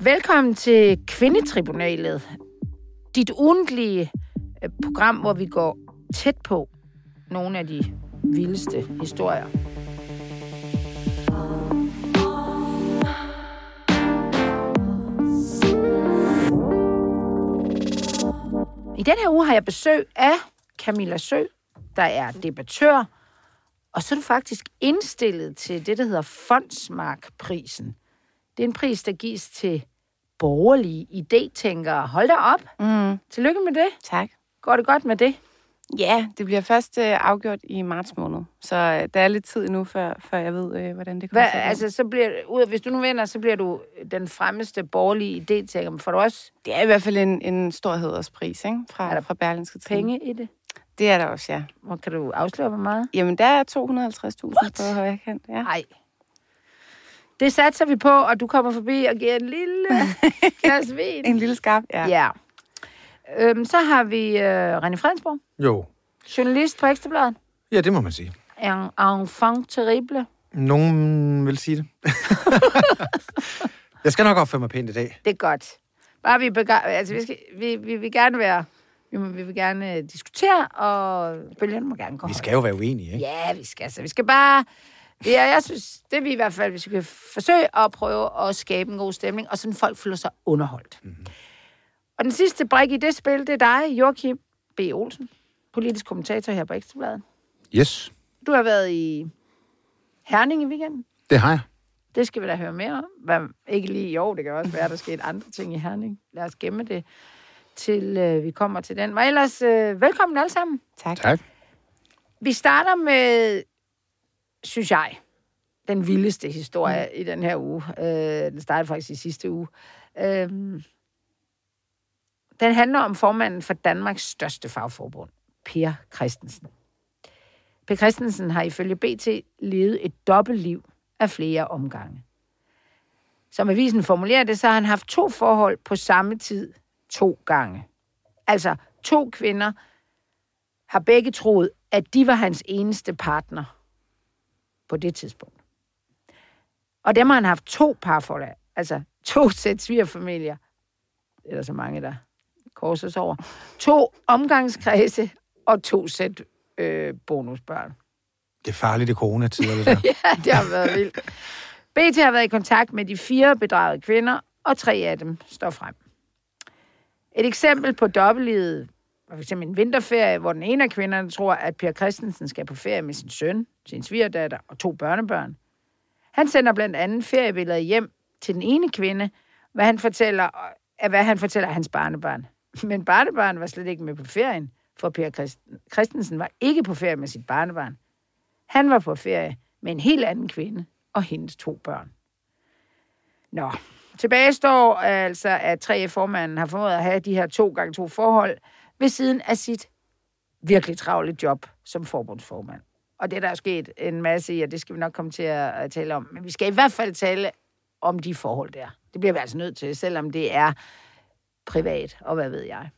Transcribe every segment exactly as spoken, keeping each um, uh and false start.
Velkommen til Kvindetribunalet. Dit ugentlige program, hvor vi går tæt på nogle af de vildeste historier. I den her uge har jeg besøg af Camilla Sø, der er debattør, og så er du faktisk indstillet til det, der hedder Fondsmark-prisen. Det er en pris, der gives til borgerlige idétænkere. Hold da op. Mm. Tillykke med det. Tak. Går det godt med det? Ja, det bliver først øh, afgjort i marts måned. Så øh, der er lidt tid endnu, før, før jeg ved, øh, hvordan det kommer Hvad, til at altså, så bliver, ud, hvis du nu vinder, så bliver du den fremmeste borgerlige idétænker. Men får du også... Det er i hvert fald en, en stor hæderspris, ikke? Fra, er der fra Berlingske Tidende. Penge i det? Det er der også, ja. Hvor kan du afsløre, hvor meget? Jamen, der er to hundrede og halvtreds tusind på højre kant. Ja. Nej. Det satser vi på, og du kommer forbi og giver en lille kasse vin. En lille skarp, ja. Ja. Øhm, så har vi øh, René Fredensborg. Jo. Journalist på Ekstrabladet. Ja, det må man sige. En enfant terrible. Nogen vil sige det. Jeg skal nok opføre mig pænt i dag. Det er godt. Bare vi begar- altså vi skal vi, vi vil gerne være vi, må, vi vil gerne uh, diskutere, og bølgerne må gerne gå. Vi skal jo være uenige, ikke? Ja, vi skal så. Vi skal bare ja, jeg synes, det er vi i hvert fald, hvis vi kan forsøge at prøve at skabe en god stemning, og sådan folk føler sig underholdt. Mm-hmm. Og den sidste brik i det spil, det er dig, Joachim B. Olsen, politisk kommentator her på Ekstrabladet. Yes. Du har været i Herning i weekenden. Det har jeg. Det skal vi da høre mere om. Hvad, ikke lige i år, det kan også være, der skete andre ting i Herning. Lad os gemme det, til øh, vi kommer til den. Men ellers, øh, velkommen alle sammen. Tak. Tak. Vi starter med, synes jeg, den vildeste historie mm. i den her uge. Øh, den startede faktisk i sidste uge. Øh, den handler om formanden for Danmarks største fagforbund, Per Christensen. Per Christensen har ifølge B T levet et dobbeltliv af flere omgange. Som avisen formulerer det, så har han haft to forhold på samme tid to gange. Altså, to kvinder har begge troet, at de var hans eneste partner på det tidspunkt. Og dem har han haft to parforhold af. Altså, to sæt svigerfamilier. Det er der så mange, der korses over. To omgangskredse og to sæt øh, bonusbørn. Det er farligt i coronatider, det der. Ja, det har været vildt. B T har været i kontakt med de fire bedragede kvinder, og tre af dem står frem. Et eksempel på dobbeltlivet var for eksempel en vinterferie, hvor den ene af kvinderne tror, at Per Christensen skal på ferie med sin søn, sin svigerdatter og to børnebørn. Han sender blandt andet feriebilleder hjem til den ene kvinde, hvad han fortæller, hvad han fortæller af hans barnebarn. Men barnebarn var slet ikke med på ferien, for Per Christensen var ikke på ferie med sit barnebarn. Han var på ferie med en helt anden kvinde og hendes to børn. Nå, tilbage står altså, at tre F-formanden har formået at have de her to gange to forhold ved siden af sit virkelig travle job som forbundsformand. Og det der er sket en masse i, og det skal vi nok komme til at tale om. Men vi skal i hvert fald tale om de forhold der. Det bliver vi altså nødt til, selvom det er privat, og hvad ved jeg.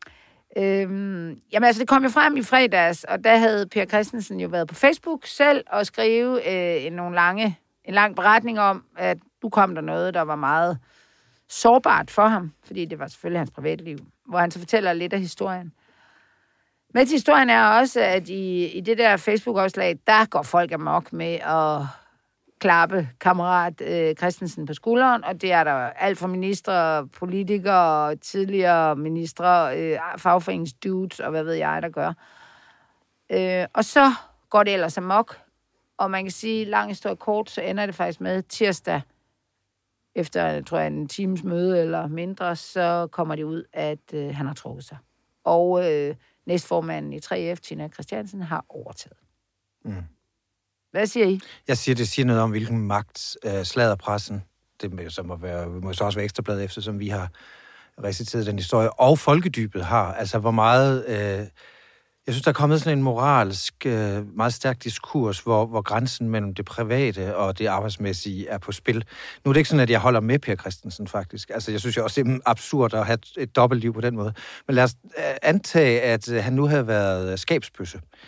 Øhm, jamen altså, det kom jo frem i fredags, og der havde Per Christensen jo været på Facebook selv og skrive øh, nogle lange, en lang beretning om, at nu kom der noget, der var meget sårbart for ham, fordi det var selvfølgelig hans privatliv, hvor han så fortæller lidt af historien. Men til historien er også, at i, i det der Facebook-opslag, der går folk amok med at klappe kammerat øh, Christensen på skulderen, og det er der alt fra ministre, politikere, tidligere ministre, øh, fagforeningsdudes og hvad ved jeg, der gør. Øh, og så går det ellers amok, og man kan sige, lang historie kort, så ender det faktisk med tirsdag, efter, tror jeg, en times møde eller mindre, så kommer det ud, at øh, han har trukket sig. Og øh, næstformanden i tre F, Tina Christiansen, har overtaget. Mm. Hvad siger I? Jeg siger, det siger noget om, hvilken magt øh, sladderpressen, det som må være, må så også være Ekstrabladet efter, som vi har reciteret den historie, og folkedybet har. Altså, hvor meget... Øh, jeg synes, der er kommet sådan en moralsk, øh, meget stærk diskurs, hvor, hvor grænsen mellem det private og det arbejdsmæssige er på spil. Nu er det ikke sådan, at jeg holder med Per Christensen, faktisk. Altså, jeg synes jo også, det er absurd at have et, et dobbeltliv på den måde. Men lad os øh, antage, at øh, han nu havde været skabsbøsse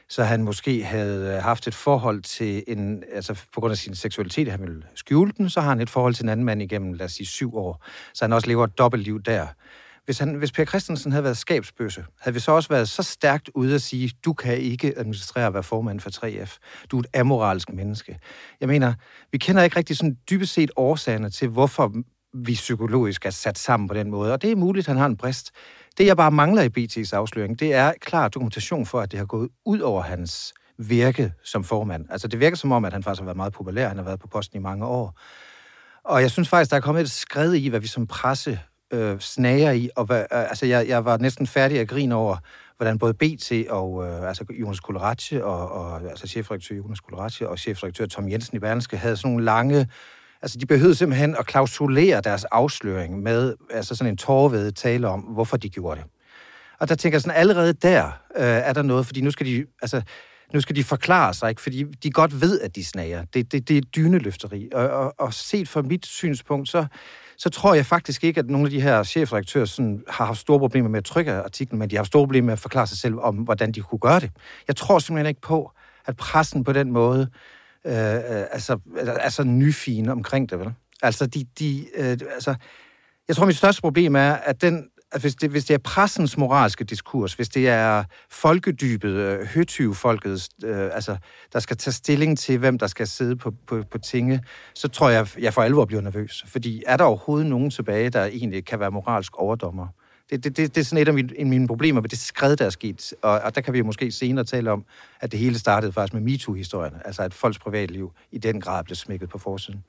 så han måske havde haft et forhold til en, altså på grund af sin seksualitet, han ville skjule den, så har han et forhold til en anden mand igennem, lad os sige, syv år. Så han også lever et dobbeltliv der. Hvis, han, hvis Per Christensen havde været skabsbøsse, havde vi så også været så stærkt ude at sige, du kan ikke administrere at være formand for tre F. Du er et amoralsk menneske. Jeg mener, vi kender ikke rigtig sådan dybest set årsagerne til, hvorfor vi psykologisk er sat sammen på den måde. Og det er muligt, at han har en brist. Det, jeg bare mangler i B T's afsløring, det er klar dokumentation for, at det har gået ud over hans virke som formand. Altså, det virker som om, at han faktisk har været meget populær. Han har været på posten i mange år. Og jeg synes faktisk, der er kommet et skred i, hvad vi som presse øh, snager i. Og hvad, øh, altså, jeg, jeg var næsten færdig at grine over, hvordan både B T og øh, altså Jonas Koleratje og, og altså chefredaktør Jonas Koleratje og chefredaktør Tom Jensen i Berlingske havde sådan nogle lange. Altså, de behøvede simpelthen at klausulere deres afsløring med altså sådan en tårevædet tale om, hvorfor de gjorde det. Og der tænker jeg sådan, allerede der øh, er der noget, fordi nu skal de, altså, nu skal de forklare sig, ikke? Fordi de godt ved, at de snager. Det, det, det er dyneløfteri. Og, og, og set fra mit synspunkt, så, så tror jeg faktisk ikke, at nogle af de her chefredaktører sådan, har haft store problemer med at trykke artiklen, men de har haft store problemer med at forklare sig selv om, hvordan de kunne gøre det. Jeg tror simpelthen ikke på, at pressen på den måde Øh, altså, altså nyfine omkring det, vel? Altså, de, de, øh, altså, jeg tror, mit største problem er, at den, at hvis, det, hvis det er pressens moralske diskurs, hvis det er folkedybet, øh, høtyve-folkets, øh, altså, der skal tage stilling til, hvem der skal sidde på, på, på tinge, så tror jeg, jeg for alvor bliver nervøs. Fordi er der overhovedet nogen tilbage, der egentlig kan være moralsk overdommer? Det, det, det, det er sådan et af mine, mine problemer med det skred, der er sket. Og, og der kan vi jo måske senere tale om, at det hele startede faktisk med MeToo-historien. Altså at folks privatliv i den grad blev smækket på forsiden.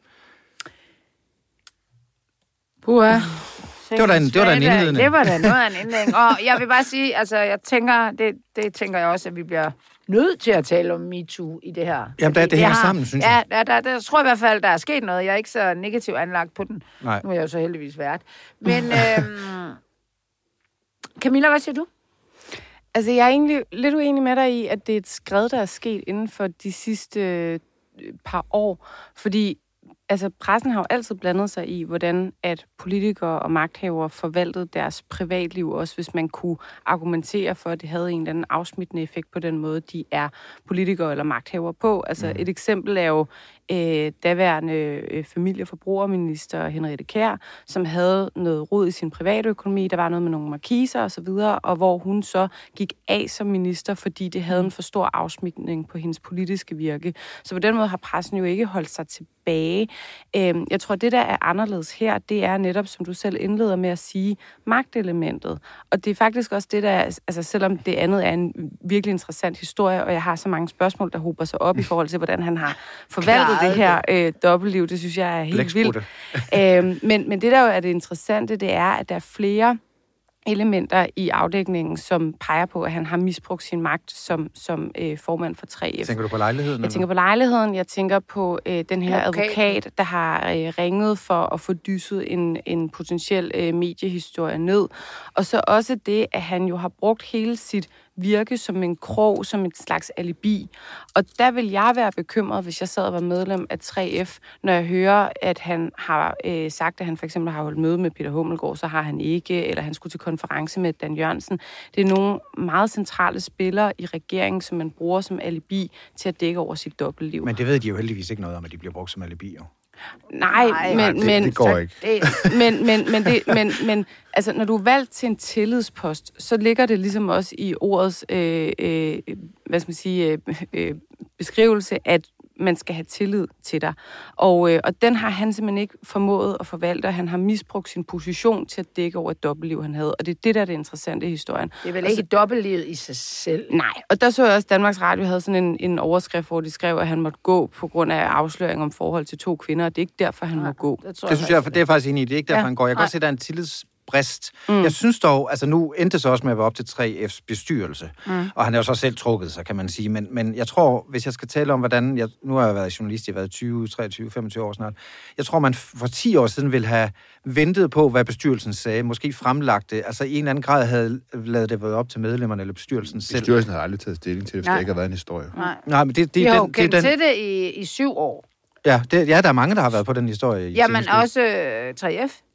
Puha. Det var da en, det var da en indledning. Det var da noget af en indledning. Og jeg vil bare sige, altså jeg tænker, det, det tænker jeg også, at vi bliver nødt til at tale om MeToo i det her. Jamen, der, det, det hænger har, sammen, synes jeg. Ja, der, der, der, der tror jeg i hvert fald, der er sket noget. Jeg er ikke så negativt anlagt på den. Nej. Nu er jeg jo så heldigvis vært. Men øhm, Camilla, hvad siger du? Altså, jeg er egentlig lidt uenig med dig i, at det er et skred, der er sket inden for de sidste par år. Fordi altså, pressen har jo altid blandet sig i, hvordan at politikere og magthavere forvaltede deres privatliv, også hvis man kunne argumentere for, at det havde en eller anden afsmittende effekt på den måde, de er politikere eller magthavere på. Altså, mm. et eksempel er jo øh, daværende øh, familie- og forbrugerminister Henriette Kjær, som havde noget rod i sin private økonomi, der var noget med nogle markiser og så videre, og hvor hun så gik af som minister, fordi det havde en for stor afsmitning på hendes politiske virke. Så på den måde har pressen jo ikke holdt sig tilbage. Øh, jeg tror, det der er anderledes her, det er netop, som du selv indleder med at sige, magtelementet. Og det er faktisk også det, der er, altså selvom det andet er en virkelig interessant historie, og jeg har så mange spørgsmål, der hober sig op i forhold til, hvordan han har forvaltet det her øh, dobbeltliv, det synes jeg er helt vildt. øh, men, men det der jo er det interessante, det er, at der er flere elementer i afdækningen, som peger på, at han har misbrugt sin magt som, som øh, formand for tre F. Tænker du på lejligheden? Jeg tænker på lejligheden. Jeg tænker på øh, den her advokat, advokat der har øh, ringet for at få dysset en, en potentiel øh, mediehistorie ned. Og så også det, at han jo har brugt hele sit virke som en krog, som et slags alibi. Og der vil jeg være bekymret, hvis jeg sad og var medlem af tre F, når jeg hører, at han har øh, sagt, at han for eksempel har holdt møde med Peter Hummelgaard, så har han ikke, eller han skulle til konference med Dan Jørgensen. Det er nogle meget centrale spillere i regeringen, som man bruger som alibi til at dække over sit dobbeltliv. Men det ved de jo heldigvis ikke noget om, at de bliver brugt som alibi, jo. Nej, Nej, men, det, men, det går ikke. Men, men, men, det, men, men altså, når du er valgt til en tillidspost, så ligger det ligesom også i ordets øh, øh, hvad skal man sige, øh, øh, beskrivelse, at man skal have tillid til dig. Og, øh, og den har han simpelthen ikke formået at forvalte, og han har misbrugt sin position til at dække over et dobbeltliv, han havde. Og det er det, der er det interessante i historien. Det er vel ikke dobbeltlivet i sig selv? Nej, og der så jeg også, at Danmarks Radio havde sådan en, en overskrift, hvor de skrev, at han måtte gå på grund af afsløring om forhold til to kvinder, og det er ikke derfor, han Nej, må gå. Det, det synes jeg, det er faktisk enig i. Det er ikke derfor, ja. han går. Jeg kan godt se, at der er en tillids brist. Mm. Jeg synes dog, altså nu endte det så også med at være op til tre F's bestyrelse, mm. og han er jo så selv trukket sig, kan man sige, men, men jeg tror, hvis jeg skal tale om, hvordan, jeg, nu har jeg været journalist, jeg har været tyve, treogtyve, femogtyve år snart, jeg tror, man for ti år siden ville have ventet på, hvad bestyrelsen sagde, måske fremlagt det, altså i en eller anden grad havde lavet det været op til medlemmerne eller bestyrelsen selv. Bestyrelsen har aldrig taget stilling til det, hvis der ikke har været en historie. Nej, Nej men det, det, de har den, jo kendt det, den, til det i, i syv år. Ja, det, ja, der er mange, der har været på den historie. Jamen også øh, tre F.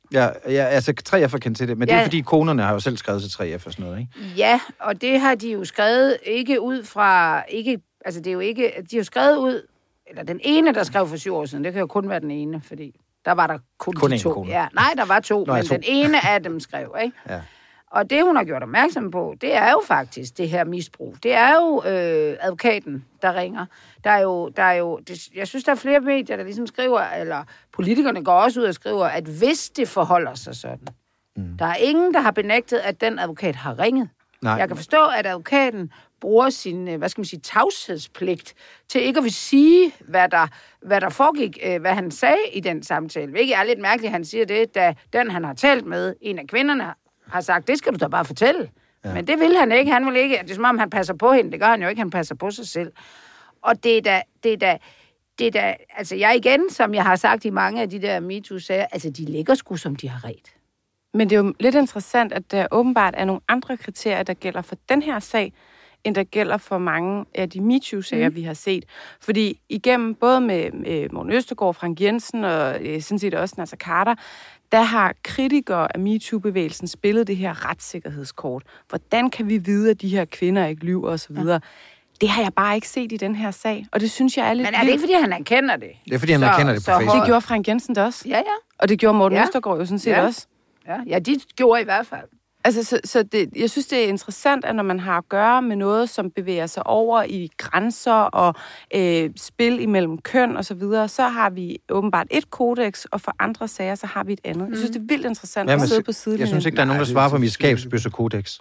Ja, ja, altså tre F er kendt til det, men ja. Det er Ja. fordi konerne har jo selv skrevet til tre F og sådan noget, ikke? Ja, og det har de jo skrevet ikke ud fra... Ikke, altså, det er jo ikke... De har jo skrevet ud... Eller den ene, der skrev for syv år siden, det kan jo kun være den ene, fordi der var der kun, kun de en to. kone. Ja, nej, der var to, Nå, men to. den ene af dem skrev, ikke? Ja. Og det, hun har gjort opmærksom på, det er jo faktisk det her misbrug. Det er jo øh, advokaten, der ringer. Der er jo, der er jo det, jeg synes, der er flere medier, der ligesom skriver, eller politikerne går også ud og skriver, at hvis det forholder sig sådan, mm. der er ingen, der har benægtet, at den advokat har ringet. Nej. Jeg kan forstå, at advokaten bruger sin, hvad skal man sige, tavshedspligt til ikke at vil sige, hvad der, hvad der foregik, hvad han sagde i den samtale. Hvilket er lidt mærkeligt, at han siger det, da den, han har talt med, en af kvinderne, har sagt, det skal du da bare fortælle. Ja. Men det vil han ikke. Han vil ikke. Det er som om, han passer på hende. Det gør han jo ikke. Han passer på sig selv. Og det er da... Det er da det er da, altså jeg igen, som jeg har sagt i mange af de der MeToo-sager, altså de ligger sgu, som de har ret. Men det er jo lidt interessant, at der åbenbart er nogle andre kriterier, der gælder for den her sag, end der gælder for mange af de MeToo-sager, mm. vi har set. Fordi igennem både med øh, Morten Østergaard, Frank Jensen og øh, sådan set også Naser Khader, der har kritikere af MeToo-bevægelsen spillet det her retssikkerhedskort. Hvordan kan vi vide, at de her kvinder ikke lyver osv.? Ja. Det har jeg bare ikke set i den her sag, og det synes jeg er lidt... Men er det ikke, fordi han erkender det? Det er, fordi han så, erkender det på Facebook. Det gjorde Frank Jensen da også. Ja, ja. Og det gjorde Morten ja. Østergaard jo sådan set ja. også. Ja. ja, de gjorde i hvert fald. Altså, så, så det, jeg synes, det er interessant, at når man har at gøre med noget, som bevæger sig over i grænser og øh, spil imellem køn og så videre, så har vi åbenbart et kodex, og for andre sager, så har vi et andet. Mm. Jeg synes, det er vildt interessant ja, men, at sidde på sidelinjen. Jeg synes ikke, der er nogen, der svarer på mit skabsbøssekodex.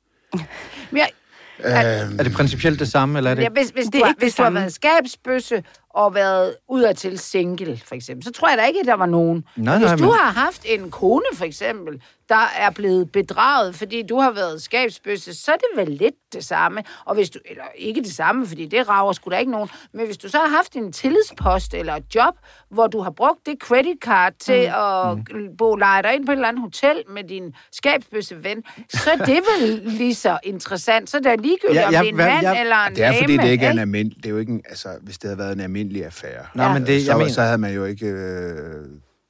Men jeg, er, er det principielt det samme, eller er det... Ja, hvis, hvis, det du, er har, ikke hvis det du har samme. været skabsbøsse og været udadtil single, for eksempel, så tror jeg da ikke, at der var nogen. Nej, hvis nej, du men... har haft en kone, for eksempel, der er blevet bedraget, fordi du har været skabsbøsse, så er det vel lidt det samme. Og hvis du, eller ikke det samme, fordi det rager sgu da ikke nogen, men hvis du så har haft en tillidspost eller et job, hvor du har brugt det credit card til mm. at mm. bo lege dig ind på et eller andet hotel med din skabsbøsse ven, så er det vel lige så interessant. Så er det ligegyldigt, Ja, om ja, det er en hvad- mand jeg- eller en Det er, fordi dame, det ikke er en ikke? almindelig... Det er jo ikke en, altså, hvis det havde været en almindelig affære, Nej, Ja. men det, så, jeg mener... så havde man jo ikke øh,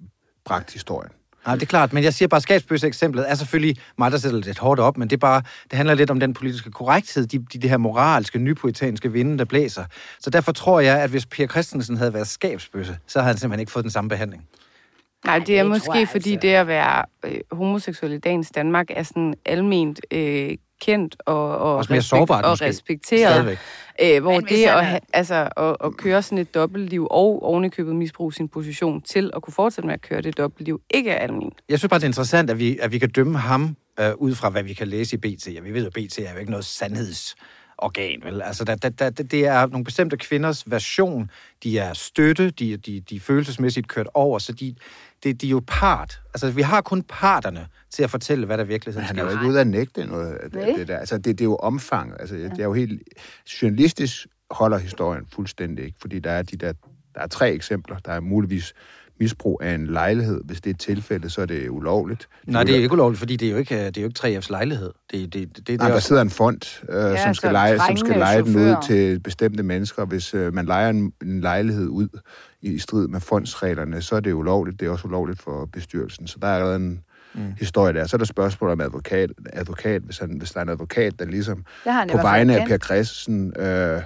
bragt historien. Nej, det er klart, men jeg siger bare, skabsbøsse eksemplet er selvfølgelig mig, der sætter lidt hårdt op, men det er bare, det handler lidt om den politiske korrekthed, de, de, de her moralske, nypoetanske vinde, der blæser. Så derfor tror jeg, at hvis Per Christensen havde været skabsbøsse, så havde han simpelthen ikke fået den samme behandling. Nej, det er det måske tror jeg fordi altså. det at være øh, homoseksuel i dagens Danmark er sådan alment øh, kendt og, og, Også mere sårbart, og måske. respekteret. Stadigvæk. Øh, hvor Men hvis det han at, er- ha- altså, at, at køre sådan et dobbeltliv og ovenikøbet misbruge sin position til at kunne fortsætte med at køre det dobbeltliv, ikke er alment. Jeg synes bare, det er interessant, at vi, at vi kan dømme ham øh, ud fra, hvad vi kan læse i B T. Ja, vi ved jo, at B T er jo ikke noget sandhedsorgan, vel? Altså, der, der, der, det er nogle bestemte kvinders version. De er støtte, de, de, de er følelsesmæssigt kørt over, så de, de, de er jo part. Altså, vi har kun parterne til at fortælle, hvad der virkelig Men han sker. er jo ikke ude at nægte noget af det, det der. Altså, det, det er jo omfanget. Altså, det er jo helt... Journalistisk holder historien fuldstændig ikke, fordi der er de der... Der er tre eksempler. Der er muligvis misbrug af en lejlighed. Hvis det er et tilfælde, så er det ulovligt. Nej, det er ikke ulovligt, fordi det er jo ikke, det er jo ikke tre F's lejlighed. Det, det, det, det, Nej, det der sidder en fond, øh, ja, som, skal så lege, som skal trængende lege den ud chauffører. til bestemte mennesker. Hvis øh, man lejer en, en lejlighed ud i, i strid med fondsreglerne, så er det ulovligt. Det er også ulovligt for bestyrelsen. Så der er allerede en mm. historie der. Så er der spørgsmål om advokat. advokat hvis, han, hvis der er en advokat, der ligesom Det har han i på hvert fald vegne af kendt. Per Christensen øh,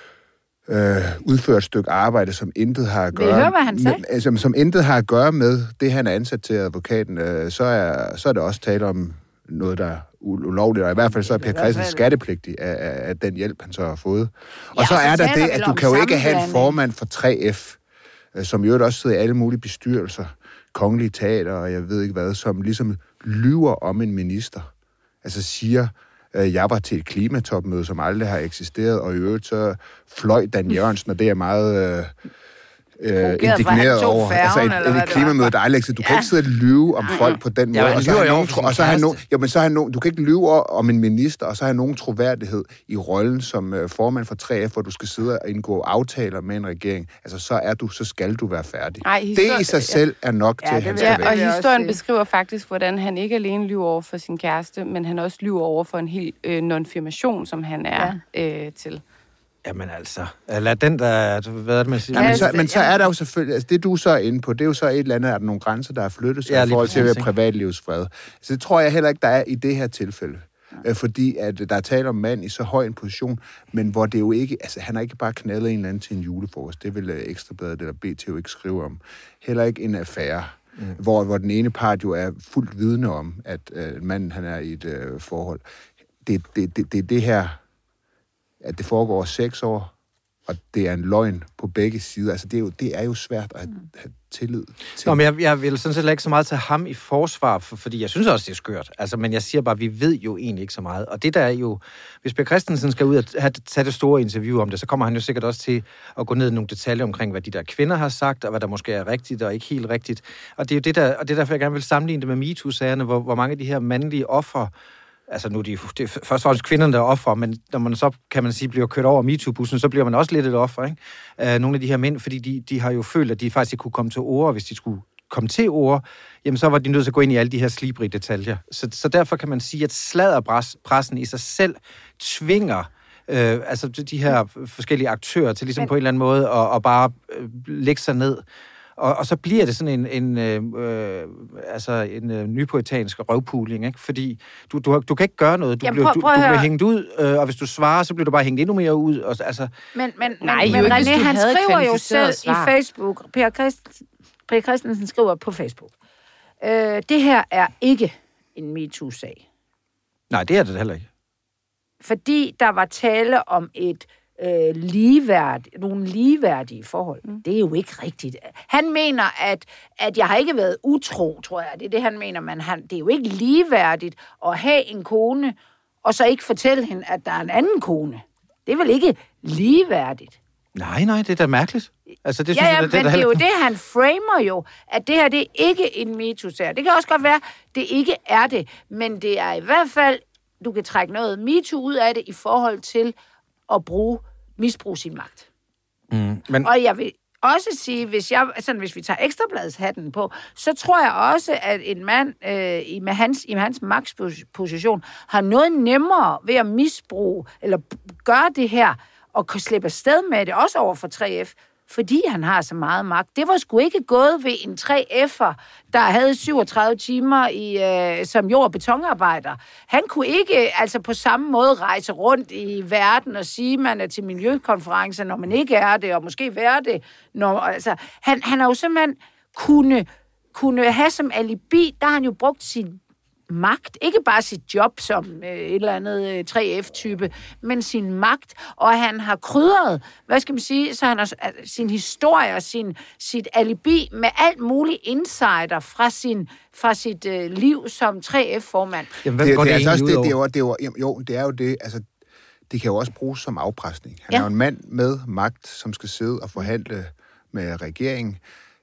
øh, udfører et stykke arbejde, som intet har at Vil I gøre høre, hvad han sagde? med, altså, som intet har at gøre med det, han er ansat til advokaten, øh, så, er, så er det også tale om noget, der er ulovligt, og i hvert fald så er Per Christensen skattepligtig af, af, af den hjælp, han så har fået. Og Ja, så så er der taler det, vel at du om kan jo ikke have en sammenblanding. formand for tre F, øh, som jo også sidder i alle mulige bestyrelser, kongelige teater, og jeg ved ikke hvad, som ligesom lyver om en minister. Altså siger, øh, jeg var til et klimatopmøde, som aldrig har eksisteret, og i øvrigt så fløj Dan Jørgensen, og det er meget... Øh, Øh, for, han indigneret tog over. færgen, Altså eller et, hvad et det klimamøde, der aldrig eksisterer. Du kan ikke sidde og lyve om folk på den måde. Ja, og så han har lyver jo nogen, over for tro- og sin så har han kæreste. nogen, jo, men så har nogen, du kan ikke lyve om en minister, og så har han nogen troværdighed i rollen som øh, formand for tre F, hvor du skal sidde og indgå aftaler med en regering. Altså, så er du, så skal du være færdig. Ej, det histori- i sig selv er nok Ja, til, at det han vil skal jeg- væk. Ja, og vil jeg også historien sige. beskriver faktisk, hvordan han ikke alene lyver over for sin kæreste, men han også lyver over for en hel øh, non-firmation, som han er ja. øh, til. Jamen altså, lad den der... Hvad er det, man siger? Ja, men, så, men så er der jo selvfølgelig... Altså det, du så er inde på, det er jo så et eller andet, at der nogle grænser, der er flyttet sig ja, i forhold til at være privatlivsfred. Så det tror jeg heller ikke, der er i det her tilfælde. Ja. Fordi at der er tale om mand i så høj en position, men hvor det jo ikke... Altså, han har ikke bare knaldet en eller anden til en julefrokost. Det vil Ekstrabladet eller B T jo ikke skrive om. Heller ikke en affære. Mm. Hvor, hvor den ene part jo er fuldt vidne om, at øh, manden han er i et øh, forhold. Det er det, det, det, det her, at det foregår over seks år, og det er en løgn på begge sider. Altså, det er jo, det er jo svært at have, have tillid til. Nå, men jeg, jeg vil sådan set ikke så meget tage ham i forsvar, for, fordi jeg synes også, det er skørt. Altså, men jeg siger bare, vi ved jo egentlig ikke så meget. Og det der er jo, hvis Per Christensen skal ud og have, tage det store interview om det, så kommer han jo sikkert også til at gå ned i nogle detaljer omkring, hvad de der kvinder har sagt, og hvad der måske er rigtigt og ikke helt rigtigt. Og det er jo det der, og det er derfor, jeg gerne vil sammenligne det med MeToo-sagerne, hvor, hvor mange af de her mandlige ofre, altså nu er de, det er først og fremmest kvinderne, der er ofre, men når man så, kan man sige, bliver kørt over MeToo-bussen, så bliver man også lidt et offer, ikke? Uh, nogle af de her mænd, fordi de, de har jo følt, at de faktisk ikke kunne komme til ord, hvis de skulle komme til ord, jamen så var de nødt til at gå ind i alle de her slibrige detaljer. Så, så derfor kan man sige, at sladderpressen i sig selv tvinger øh, altså de her forskellige aktører til ligesom men... på en eller anden måde at, at bare øh, lægge sig ned. Og, og så bliver det sådan en, en, øh, altså en øh, nypoetansk røvpugling, ikke? Fordi du, du, du kan ikke gøre noget. Du, Jamen, bliver, prøv, du, prøv du bliver hængt ud, øh, og hvis du svarer, så bliver du bare hængt endnu mere ud. Og, altså... Men, men, Nej, men, men René, han skriver jo selv svar. i Facebook, Per, Christ, Per Christensen skriver på Facebook, øh, det her er ikke en MeToo-sag. Nej, det er det heller ikke. Fordi der var tale om et Øh, ligeværd, nogle ligeværdige forhold. Mm. Det er jo ikke rigtigt. Han mener, at, at jeg har ikke været utro, tror jeg. Det er det, han mener. Men han, det er jo ikke ligeværdigt at have en kone, og så ikke fortælle hende, at der er en anden kone. Det er vel ikke ligeværdigt? Nej, nej, det er da mærkeligt. Altså, det ja, synes ja, jeg, det, men det, det er jo det, han framer jo, at det her, det er ikke en MeToo-sag. Det kan også godt være, det ikke er det, men det er i hvert fald, du kan trække noget MeToo ud af det i forhold til at bruge, misbruge sin magt. Mm, men... Og jeg vil også sige, hvis, jeg, sådan, hvis vi tager Ekstrabladshatten på, så tror jeg også, at en mand øh, med hans, i hans magtposition har noget nemmere ved at misbruge, eller gøre det her, og kan slippe afsted med det, også over for tre F, fordi han har så meget magt. Det var sgu ikke gået ved en tre F'er, der havde syvogtredive timer i, øh, som jord- og betonarbejder. Han kunne ikke altså på samme måde rejse rundt i verden og sige, at man er til miljøkonferencer, når man ikke er det, og måske være det. Når, altså, han, han har jo simpelthen kunne, kunne have som alibi, der har han jo brugt sin magt, ikke bare sit job som øh, et eller andet øh, tre F-type, men sin magt, og han har krydret, hvad skal man sige, så han har øh, sin historie og sin, sit alibi med alt muligt insider fra, sin, fra sit øh, liv som tre F-formand. Jamen, det, det, det, er altså også det, det, er jo, det, er jo, jo, det er jo det, altså, det kan jo også bruges som afpresning. Han ja. er jo en mand med magt, som skal sidde og forhandle med regeringen.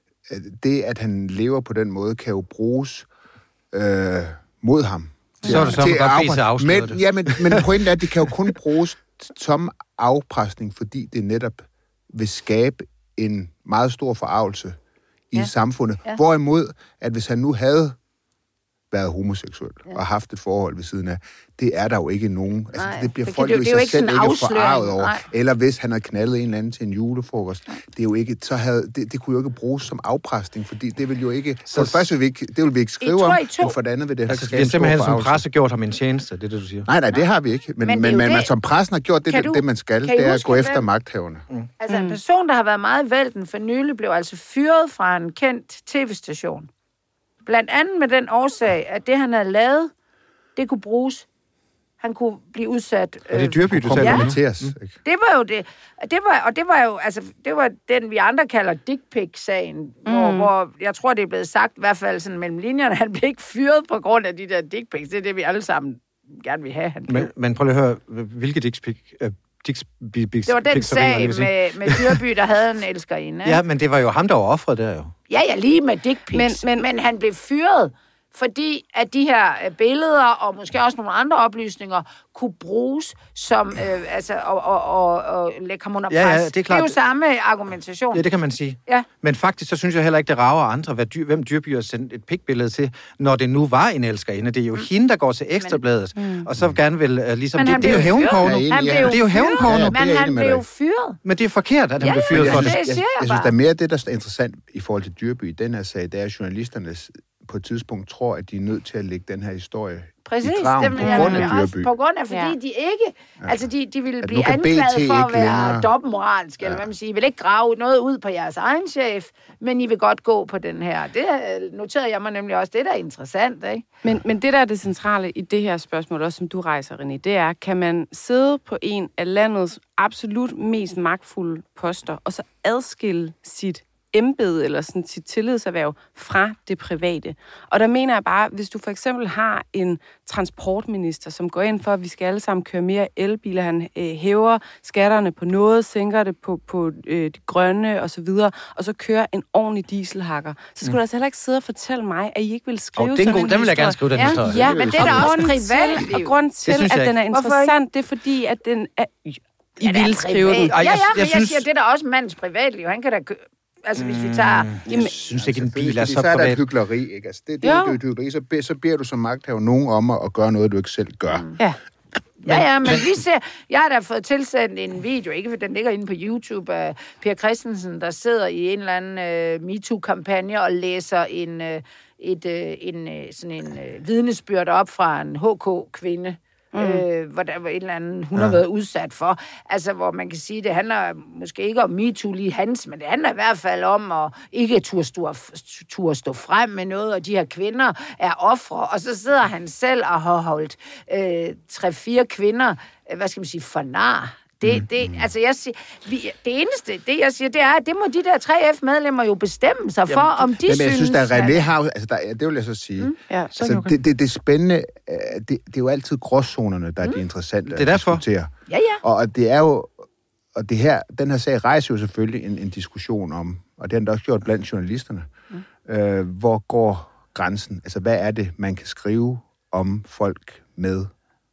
Det, at han lever på den måde, kan jo bruges øh, mod ham. Så er det så, at godt blive afsløret det. Ja, men, men pointen er, at det kan jo kun bruges som afpresning, fordi det netop vil skabe en meget stor forargelse i ja. samfundet. Ja. Hvorimod, at hvis han nu havde været homoseksuel ja. og haft et forhold ved siden af, det er der jo ikke nogen. Altså, Nej, det bliver det folk det, jo i sig sig selv ikke forarvet over. Nej. Eller hvis han havde knaldet en eller anden til en julefrokost. Nej. Det er jo ikke, så havde, det, det kunne jo ikke bruges som afpresning, fordi det vil jo ikke... Så, for det første vil vi ikke, det vil vi ikke skrive tror, om, og for det andet vil det altså, skabe en stor forargelse. Vi har simpelthen som presse gjort ham en tjeneste, det er det, du siger. Nej, nej, det har vi ikke. Men, men, men, men man, som pressen har gjort, det, det, du, det man skal, det er at gå efter magthaverne. Mm. Altså en person, der har været meget vælten for nylig, blev altså fyret fra en kendt tv-station. Blandt andet med den årsag, at det, han havde lavet, det kunne bruges. Han kunne blive udsat... Øh, det er Dyrby, du sagde. Ja. Mm. Det var jo det. det var, og det var jo, altså, det var den, vi andre kalder dick pic-sagen, mm. hvor, hvor jeg tror, det er blevet sagt, i hvert fald sådan mellem linjerne, han blev ikke fyret på grund af de der dick pics. Det er det, vi alle sammen gerne vil have. Han men, men prøv lige at høre, hvilke dick pic... Øh, Dix, bi, bi, det var den sag med, med Dyrby, der havde en elskerinde. Ja, men det var jo ham, der var offret der jo. Ja, ja, lige med dick pics. Men, men, men han blev fyret, fordi at de her øh, billeder, og måske også nogle andre oplysninger, kunne bruges som, øh, altså, og, og, og, og lægge ham under pres. Ja, ja, det er klart. Det er jo samme argumentation. Ja, det kan man sige. Ja. Men faktisk, så synes jeg heller ikke, det rager andre, hvad dyr, hvem Dyrby har sendt et pikbillede til, når det nu var en elskerinde. Det er jo mm. hende, der går til Ekstrabladet, mm. og så gerne vil uh, ligesom... Det, det er jo hævnporno. Ja, det er jo hævnporno. Men han blev jo fyret. Men det er forkert, at han ja, blev fyret ja, for det. det. Jeg, jeg, jeg, jeg synes, der er mere det, der er interessant i forhold til Dyrby i den her sag, det er, at journalisterne på et tidspunkt tror, at de er nødt til at lægge den her historie Præcis, i graven det, på grund af også, Dyrby. På grund af, fordi ja. de ikke... Ja. Altså, de, de ville At blive anklaget for at være dobbeltmoralsk, ja. eller hvad man siger. I vil ikke grave noget ud på jeres egen chef, men I vil godt gå på den her. Det noterede jeg mig nemlig også. Det der er interessant, ikke? Men, men det, der er det centrale i det her spørgsmål, også som du rejser, René, det er, kan man sidde på en af landets absolut mest magtfulde poster, og så adskille sit embede eller sådan sit tillidserhverv fra det private. Og der mener jeg bare, hvis du for eksempel har en transportminister, som går ind for, at vi skal alle sammen køre mere elbiler, han øh, hæver skatterne på noget, sænker det på, på øh, det grønne og så videre, og så kører en ordentlig dieselhakker, så skulle mm. du altså heller ikke sidde og fortælle mig, at I ikke vil skrive oh, sådan en god, den vil jeg gerne skrive, den ja, historie. Ja, men det er da også privat. Og grund til, at den er interessant, det er fordi, at den er... I ja, vil skrive den. Ja, ja, men jeg, jeg, synes... siger, det er da også mandens privatliv. Han kan da... Kø- altså, hvis vi tager... Mm, jeg synes ikke, en bil er så privat. Så er der privat. et hykleri, ikke? Altså, det, det er jo et hykleri. Så, be, så beder du som magthaver nogen om at, at gøre noget, du ikke selv gør. Mm. Ja. Ja, ja, men vi ser... Jeg har da fået tilsendt en video, ikke for den ligger inde på YouTube, af Per Christensen, der sidder i en eller anden uh, MeToo-kampagne og læser en, uh, et, uh, en, uh, sådan en uh, vidnesbyrd op fra en H K-kvinde, Mm. Øh, hvor der var et eller andet, hun ja. har været udsat for. Altså, hvor man kan sige, det handler måske ikke om MeToo lige hans, men det handler i hvert fald om at ikke turde stå, turde stå frem med noget, og de her kvinder er ofre. Og så sidder han selv og har holdt øh, tre-fire kvinder, øh, hvad skal man sige, for nar. Det, det, altså jeg siger, vi, det eneste, det jeg siger, det er, at det må de der tre F-medlemmer jo bestemme sig for, Jamen, om de men, synes... Men jeg synes, der er René har... Altså, der, det vil jeg så sige. Mm. Ja, så altså, det, det, det spændende, det, det er jo altid gråzonerne, der er mm. de interessante det er derfor. at diskutere. Ja, ja. Og det er jo... Og det her, den her sag rejser jo selvfølgelig en, en diskussion om, og det har den også gjort blandt journalisterne, mm. øh, hvor går grænsen? Altså, hvad er det, man kan skrive om folk med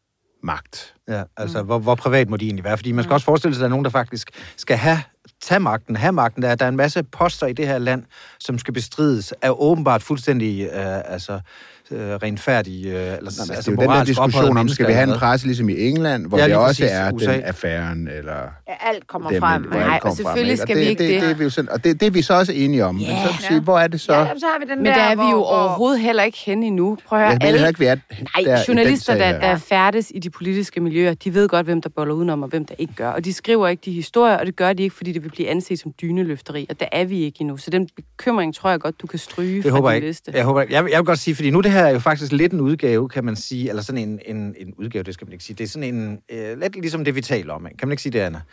magt? Ja, altså, mm. hvor, hvor privat må de egentlig være? Fordi man skal også forestille sig, at der er nogen, der faktisk skal have, tage magten, have magten. Der er, der er en masse poster i det her land, som skal bestrides, er åbenbart fuldstændig øh, altså, øh, renfærdige, øh, eller Nå, altså, altså, det er jo den der diskussion om, skal vi have en presse ligesom i England, hvor ja, det også er U S A. Den affæren, eller... Ja, alt kommer dem, frem. Nej, og selvfølgelig frem, skal vi ikke det. det, det, det, er sådan, og det, det er vi så også enige om. Yeah. Men så sige, hvor er det så? Ja, så har vi den Men der, der er vi jo hvor, overhovedet heller ikke henne endnu. Prøv at høre, jeg alle... ikke, vi er Nej, der, journalister, sag, der, der færdes i de politiske miljøer, de ved godt, hvem der boller udenom, og hvem der ikke gør. Og de skriver ikke de historier, og det gør de ikke, fordi det vil blive anset som dyneløfteri, og der er vi ikke endnu. Så den bekymring tror jeg godt, du kan stryge det fra din liste. Jeg håber ikke. Jeg, jeg vil godt sige, fordi nu det her er jo faktisk lidt en udgave, kan man sige, eller sådan en, en, en udgave, det skal man ikke sige. Det er sådan en, øh, lidt ligesom det, vi taler om. Ikke? Kan man ikke sige det, Anna?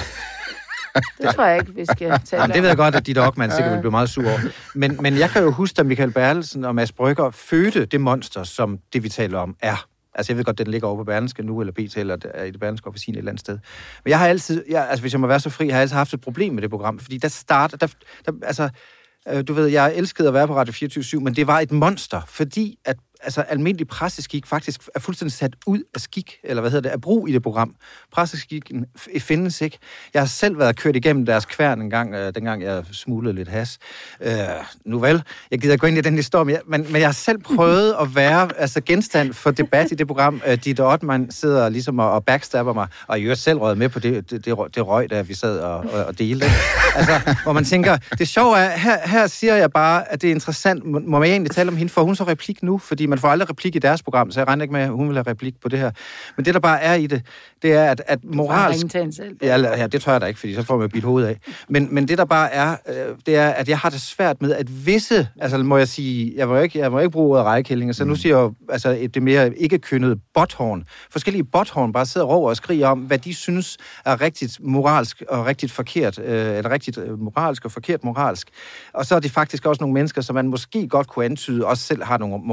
Det tror jeg ikke, vi skal tale om. Det ved jeg godt, at Ditte Okman sikkert vil blive meget sur over. Men, men jeg kan jo huske, at Michael Bertelsen og Mads Brügger fødte det monster, som det, vi taler om, er. Altså, jeg ved godt, den ligger over på Berlingske nu, eller B T, eller er i det Berlingske officin et eller andet sted. Men jeg har altid, jeg, altså hvis jeg må være så fri, har jeg altid haft et problem med det program, fordi der starter, der, der, altså, øh, du ved, jeg elskede at være på Radio fireogtyve syv, men det var et monster, fordi at altså, almindelig presseskik faktisk er fuldstændig sat ud af skik, eller hvad hedder det, af brug i det program. Presseskikken findes ikke. Jeg har selv været kørt igennem deres kværn en gang, øh, dengang jeg smuglede lidt has. Øh, nu vel, jeg gider gå ind i den historie, men, men jeg har selv prøvet at være altså, genstand for debat i det program. Øh, Ditte Okman sidder ligesom og, og backstabber mig, og jeg er selv røget med på det, det, det, det røg, der vi sad og, og, og delte. Altså, hvor man tænker, det sjove er, her, her siger jeg bare, at det er interessant, må, må man egentlig tale om hende, for hun så replik nu, fordi man får aldrig replik i deres program, så jeg regner ikke med, at hun vil have replik på det her. Men det, der bare er i det, det er, at, at moralsk... Ja, ja, det tror jeg da ikke, fordi så får man bidt hovedet af. Men, men det, der bare er, øh, det er, at jeg har det svært med, at visse... Altså, må jeg sige... Jeg må ikke, jeg må ikke bruge ordet rækkællinger, så nu siger jeg jo, altså, det mere ikke-kønnede botthorn. Forskellige botthorn bare sidder over og skriger om, hvad de synes er rigtigt moralsk og rigtigt forkert, øh, eller rigtigt moralsk og forkert moralsk. Og så er det faktisk også nogle mennesker, som man måske godt kunne antyde, også selv har nogle moralske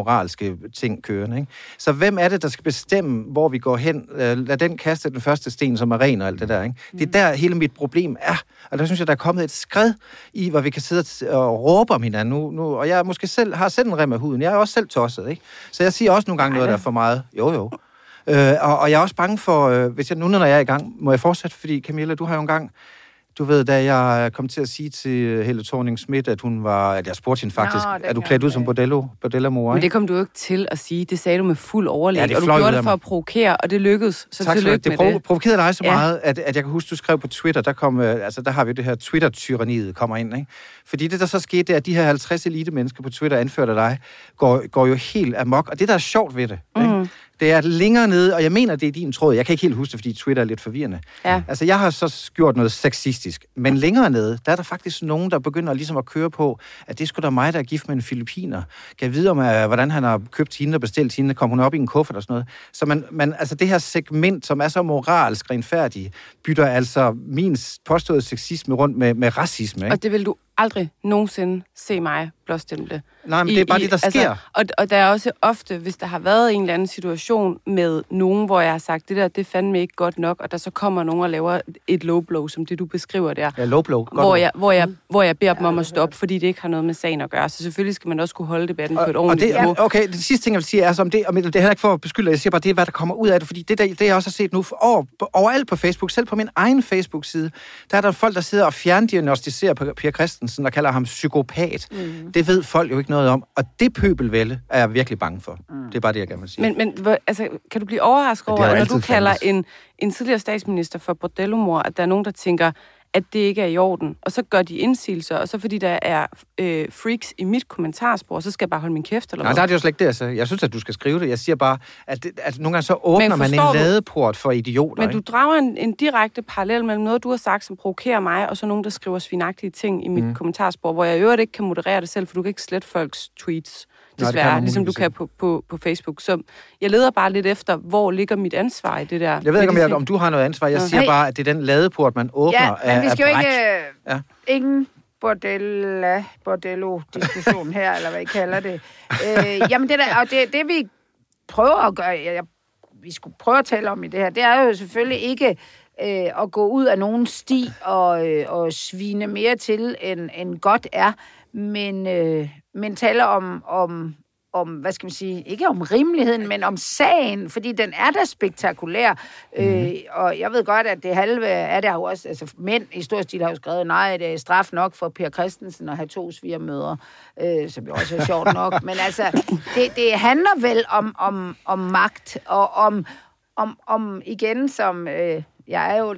ulovlige ting kørende. Ikke? Så hvem er det, der skal bestemme, hvor vi går hen? Lad den kaste den første sten, som er ren og alt det der. Ikke? Det er der, hele mit problem er. Og der synes jeg, der er kommet et skred i, hvor vi kan sidde og råbe om hinanden nu. nu og jeg måske selv har selv en rem af huden. Jeg er også selv tosset, ikke? Så jeg siger også nogle gange noget, der er for meget. Jo, jo. Øh, og, og jeg er også bange for, øh, hvis jeg nu, når jeg er i gang, må jeg fortsætte, fordi Camilla, du har jo engang, du ved, da jeg kom til at sige til Helle Thorning-Schmidt, at hun var, at jeg spurgte hende faktisk, Nå, er du klædt ud som bordello, bordellamor? Men det kom du jo ikke til at sige, det sagde du med fuld overlæg, ja, og du gjorde det for at provokere, og det lykkedes, så tak, tillykke med det. Det provokerede dig så ja. meget, at, at jeg kan huske, du skrev på Twitter, der kom, altså der har vi det her Twitter-tyranniet kommer ind, ikke? Fordi det, der så skete, det er, at de her halvtreds elite mennesker på Twitter, anført af dig, går, går jo helt amok, og det, der er sjovt ved det, mm. ikke? Det er længere nede, og jeg mener, det er din tråd. Jeg kan ikke helt huske det, fordi Twitter er lidt forvirrende. Ja. Altså, jeg har så gjort noget sexistisk. Men længere nede, der er der faktisk nogen, der begynder ligesom at køre på, at det skulle da mig, der er gift med en filipiner. Kan jeg vide om, uh, hvordan han har købt hende og bestilt hende, kom hun op i en kuffert og sådan noget. Så man, man, altså det her segment, som er så moralsk renfærdig, bytter altså min påståede sexisme rundt med, med racisme. Ikke? Og det vil du aldrig nogensinde se mig blåstemple. Nej, men I, det er bare i, det, der sker. Altså, og, og der er også ofte, hvis der har været en eller anden situation med nogen, hvor jeg har sagt, det der, det fandme ikke godt nok, og der så kommer nogen og laver et low blow, som det du beskriver der. Ja, low blow. Hvor jeg, hvor, jeg, hvor jeg beder dem om at stoppe, fordi det ikke har noget med sagen at gøre. Så selvfølgelig skal man også kunne holde debatten og, på et ordentligt niveau. Okay, det sidste ting, jeg vil sige, er, om det, om det er heller ikke for at beskylde, jeg siger bare, det er, hvad der kommer ud af det, fordi det, der, det jeg også har set nu over, overalt på Facebook, selv på min egen Facebook-side, der er der folk, der sidder og fjerndiagnostiserer Per Christensen og kalder ham psykopat. Mm. Det ved folk jo ikke noget om, og det pøbelvælde er jeg virkelig bange for. Mm. Det er bare det, jeg gerne vil sige. Men, men hvor, altså, kan du blive overrasket over, at når du kalder en, en tidligere statsminister for bordellomor, at der er nogen, der tænker, at det ikke er i orden, og så gør de indsigelser, og så fordi der er øh, freaks i mit kommentarspor, så skal jeg bare holde min kæft, eller Nej, hvad? der er det jo slet ikke det, altså. Jeg synes, at du skal skrive det. Jeg siger bare, at, det, at nogle gange så åbner man en ladeport for idioter. Men ikke? Du drager en, en direkte parallel mellem noget, du har sagt, som provokerer mig, og så nogen, der skriver svinagtige ting i mit mm. kommentarspor, hvor jeg i øvrigt ikke kan moderere det selv, for du kan ikke slette folks tweets. Desværre, Nej, ligesom du kan på, på, på Facebook. Så jeg leder bare lidt efter, hvor ligger mit ansvar i det der. Jeg ved ikke, om, jeg, om du har noget ansvar. Jeg ja. siger hey. bare, at det er den ladeport, man åbner ja, af, men vi skal af jo ikke... Ja. Ingen bordella, bordello-diskussion her, eller hvad I kalder det. øh, jamen, det, der, og det, det vi prøver at gøre, jeg, vi skulle prøve at tale om i det her, det er jo selvfølgelig ikke øh, at gå ud af nogen sti og, øh, og svine mere til, end, end godt er, men, øh, men tale om, om, om, hvad skal man sige, ikke om rimeligheden, men om sagen, fordi den er da spektakulær. Mm. Øh, og jeg ved godt, at det halve er der jo også, altså mænd i stor stil har jo skrevet, nej, det er straf nok for Per Christensen at have to svigermødre, øh, som jo også er sjovt nok. Men altså, det, det handler vel om, om, om magt, og om, om, om igen, som øh, jeg er jo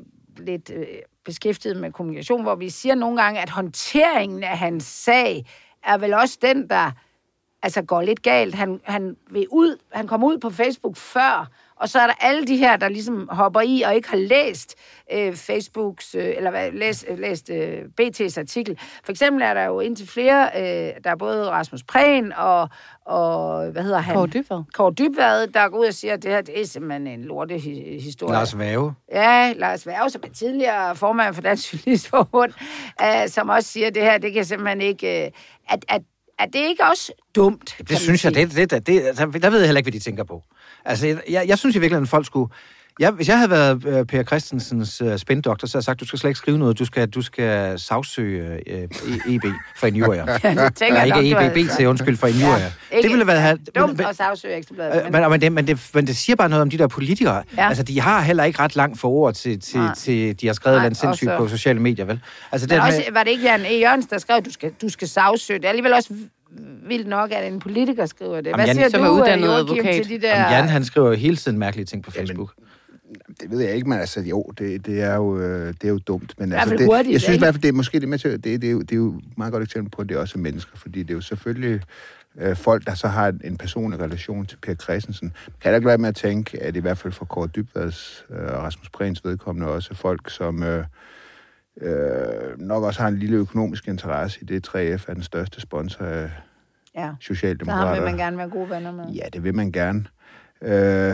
lidt øh, beskæftiget med kommunikation, hvor vi siger nogle gange, at håndteringen af hans sag er vel også den, der altså går lidt galt. Han, han, vil ud, han kommer ud på Facebook før, og så er der alle de her, der ligesom hopper i og ikke har læst øh, Facebooks, øh, eller hvad, læst, læst øh, B T's artikel. For eksempel er der jo indtil flere, øh, der er både Rasmus Prehn og, og hvad hedder han? Kåre Dybvad. Kåre Dybvad, der går ud og siger, at det her det er simpelthen en lortehistorie. Lars Værge. Ja, Lars Værge, som er tidligere formand for Dansk Journalistforbund, øh, som også siger, at det her, det kan simpelthen ikke... Øh, at, at Er det ikke også dumt? Det synes jeg, det, det, det, det, der ved jeg heller ikke, hvad de tænker på. Altså, jeg, jeg synes i virkeligheden, at folk skulle... Ja, hvis jeg havde været uh, Per Christensens uh, spændoktor, så havde jeg sagt, du skal slet ikke skrive noget, du skal, du skal sagsøge uh, E B for injurier. Ja, det tænker jeg ikke E B B til, undskyld, for injurier. Ja, det ville være... Dumt at sagsøge Ekstrabladet. Men, men, det, men, det, men det siger bare noget om de der politikere. Ja. Altså, de har heller ikke ret langt for ord til, til, til de har skrevet noget sindssygt på sociale medier, vel? Altså, men også, med, var det ikke Jan E. Jørgensen, der skrev, at du skal, du skal sagsøge? Det er alligevel også vildt nok, at en politiker skriver det. Hvad Jan, siger som du, uddannet advokat? Til de der... Jamen, Jan, han skriver jo hele tiden mærkelige ting på Facebook. Jamen, det ved jeg ikke, men altså, jo, det, det, er, jo, det er jo dumt. Men altså, det, hurtigt, jeg synes i hvert fald, det er måske det med til, det, det, er jo, det er jo meget godt eksempel på, at det er også mennesker, fordi det er jo selvfølgelig øh, folk, der så har en personlig relation til Per Christensen. Man kan da ikke lade med at tænke, at i hvert fald for Kåre Dybvads og øh, Rasmus Prehns vedkommende også folk, som øh, øh, nok også har en lille økonomisk interesse i det. tre F er den største sponsor af ja. Socialdemokrater. Der vil man gerne være gode venner med. Ja, det vil man gerne. Øh,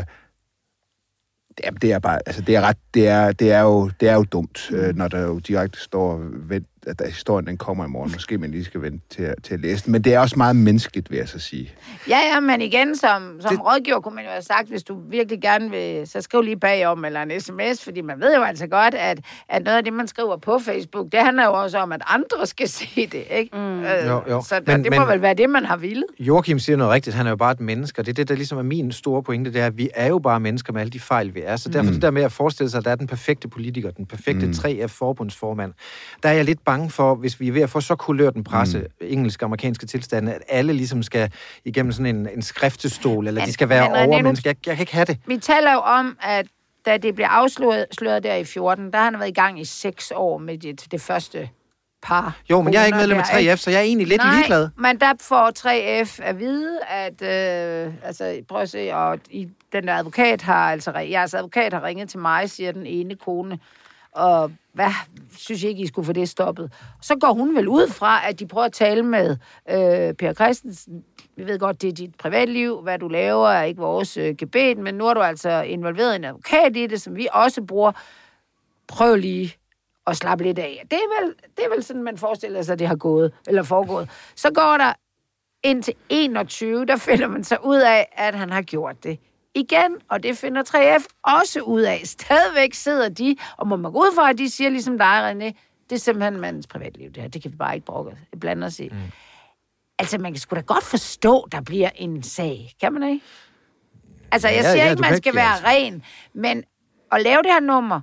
det, er, det er bare, altså det er ret, det er, det er jo, det er jo dumt, mm. øh, når der jo direkte står vent, at der historien den kommer i morgen. Måske man lige skal vente til, at, til at læse den. Men det er også meget menneskeligt, vil jeg så sige. Ja, ja, men igen, som, som det... rådgiver kunne man jo have sagt, hvis du virkelig gerne vil, så skriv lige bagom eller en sms, fordi man ved jo altså godt, at, at noget af det, man skriver på Facebook, det handler jo også om, at andre skal se det, ikke? Mm. Øh, jo, jo. Så men, det må men, vel være det, man har villet. Joachim siger noget rigtigt, han er jo bare et menneske, og det er det, der ligesom er min store pointe, det er, at vi er jo bare mennesker med alle de fejl, vi er. Så derfor mm. det der med at forestille sig, at der er den perfekte politiker, den perfekte mm. tre F-forbundsformand, der er jeg lidt bange for, hvis vi er ved at få så kulørt den presse, mm. engelske og amerikanske tilstande, at alle ligesom skal igennem sådan en, en skriftestol, eller men, de skal være overmennesker. Jeg, jeg kan ikke have det. Vi taler jo om, at da det blev afsløret sløret der i fjorten, der har han været i gang i seks år med det, det første par. Jo, men jeg er ikke medlem af tre F, så jeg er egentlig lidt Nej, ligeglad. Men der får tre F at vide, at øh, altså, prøv at se, og i, den der advokat har, altså jeres advokat har ringet til mig, siger den ene kone, og hvad, synes jeg ikke, I skulle få det stoppet. Så går hun vel ud fra, at de prøver at tale med øh, Per Christensen. Vi ved godt, det er dit privatliv, hvad du laver, er ikke vores øh, gebet, men nu er du altså involveret i en advokat i det, som vi også bruger. Prøv lige at slappe lidt af. Det er vel, det er vel sådan, man forestiller sig, at det har gået, eller foregået. Så går der indtil enogtyve, der finder man sig ud af, at han har gjort det igen, og det finder tre F også ud af. Stadigvæk sidder de, og må man gå ud for, at de siger ligesom dig, René, det er simpelthen mandens privatliv, det her. Det kan vi bare ikke bruge. Det blander os i. Mm. Altså, man kan sgu da godt forstå, der bliver en sag. Kan man ikke? Altså, jeg ja, siger ja, ikke, man skal være altså. ren, men at lave det her nummer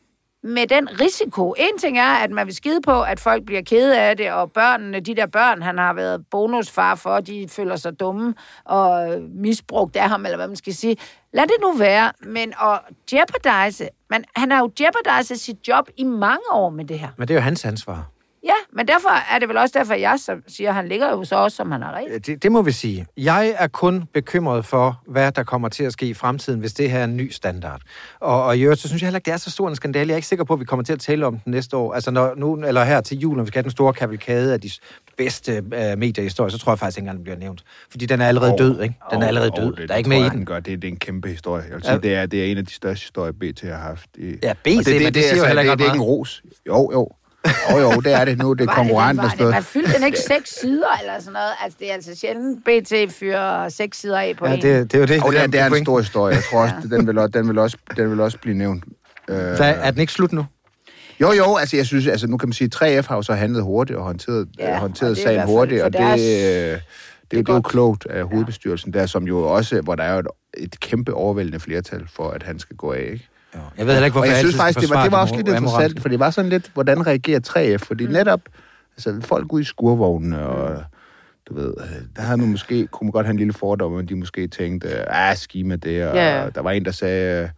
med den risiko. En ting er, at man vil skide på, at folk bliver kede af det, og børnene, de der børn, han har været bonusfar for, de føler sig dumme og misbrugt af ham, eller hvad man skal sige. Lad det nu være, men at jeopardize, men han har jo jeopardizet sit job i mange år med det her. Men det er jo hans ansvar. Ja, men derfor er det vel også derfor, jeg siger, at han ligger jo så også, som han har ret. Det, det må vi sige. Jeg er kun bekymret for, hvad der kommer til at ske i fremtiden, hvis det her er en ny standard. Og, og i øvrigt, så synes jeg heller ikke, det er så stor en skandale. Jeg er ikke sikker på, at vi kommer til at tale om den næste år. Altså, når, nu, eller her til jul, når vi skal have den store kavalkade af de bedste uh, mediehistorier, så tror jeg faktisk ikke engang, den bliver nævnt. Fordi den er allerede oh, død, ikke? Den oh, er allerede død. Oh, det, der er ikke med i den. Gør. Det, det er en kæmpe historie. Jeg vil sige, ja. det, er, det er en af de største historier, B T har haft. I... Ja, B T, det, det, men det, det siger jo heller ikke det, det er ikke en ros. Jo, jo. Jo, oh, jo, det er det nu. Det er konkurrent, der står. Man fyldte den ikke seks sider eller sådan noget. Altså, det er altså sjældent, B T fyrer seks sider af på ja, en. Det, det er jo det. Oh, det, er, det er en stor historie. Jeg tror også, ja. den, vil også, den, vil også, den vil også blive nævnt. Uh, der, er den ikke slut nu? Jo, jo, altså jeg synes, altså nu kan man sige, at tre F har jo så handlet hurtigt og håndteret, ja, håndteret og sagen hurtigt, og det, deres... det, det, det er jo klogt af hovedbestyrelsen, der som jo også, hvor der er jo et, et kæmpe overvældende flertal for, at han skal gå af, ikke? Jo. Jeg ved heller ikke, hvorfor jeg, jeg synes jeg faktisk, det var, det var også lidt interessant, for det var sådan lidt, hvordan reagerer tre F, fordi mm. netop, altså folk ud i skurvognene, og du ved, der havde man måske, kunne man godt have en lille fordom, men de måske tænkte, ah, ski med det, og yeah. der var en, der sagde,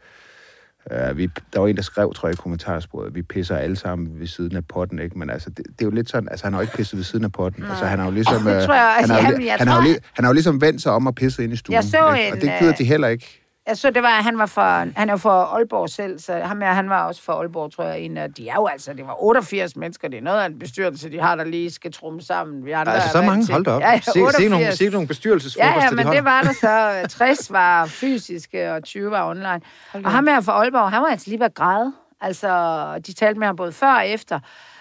uh, vi, der var en, der skrev, tror jeg, i kommentarsporet, vi pisser alle sammen ved siden af potten, ikke? Men altså, det, det er jo lidt sådan, altså han har jo ikke pisset ved siden af potten, altså han har jo ligesom, oh, tror jeg, han, har, jamen, han, har jo, han har jo ligesom vendt sig om at pisse ind i stuen, jeg så ikke? En, Og det gider de heller ikke. Jeg så, det var, han var for, han er jo for Aalborg selv, så ham her, han var også for Aalborg, tror jeg, en af, de er jo altså, det var otteogfirs mennesker, det er noget af en bestyrelse, de har, der lige skal trumme sammen. Vi andre altså, så mange, hold da op. Ja, ja, se, se, nogle, se nogle bestyrelsesfrokoster, ja, ja, men de det var der så, tres var fysiske, og tyve var online. Og ham her for Aalborg, han var altså lige ved at græde. Altså, de talte med ham både før og efter.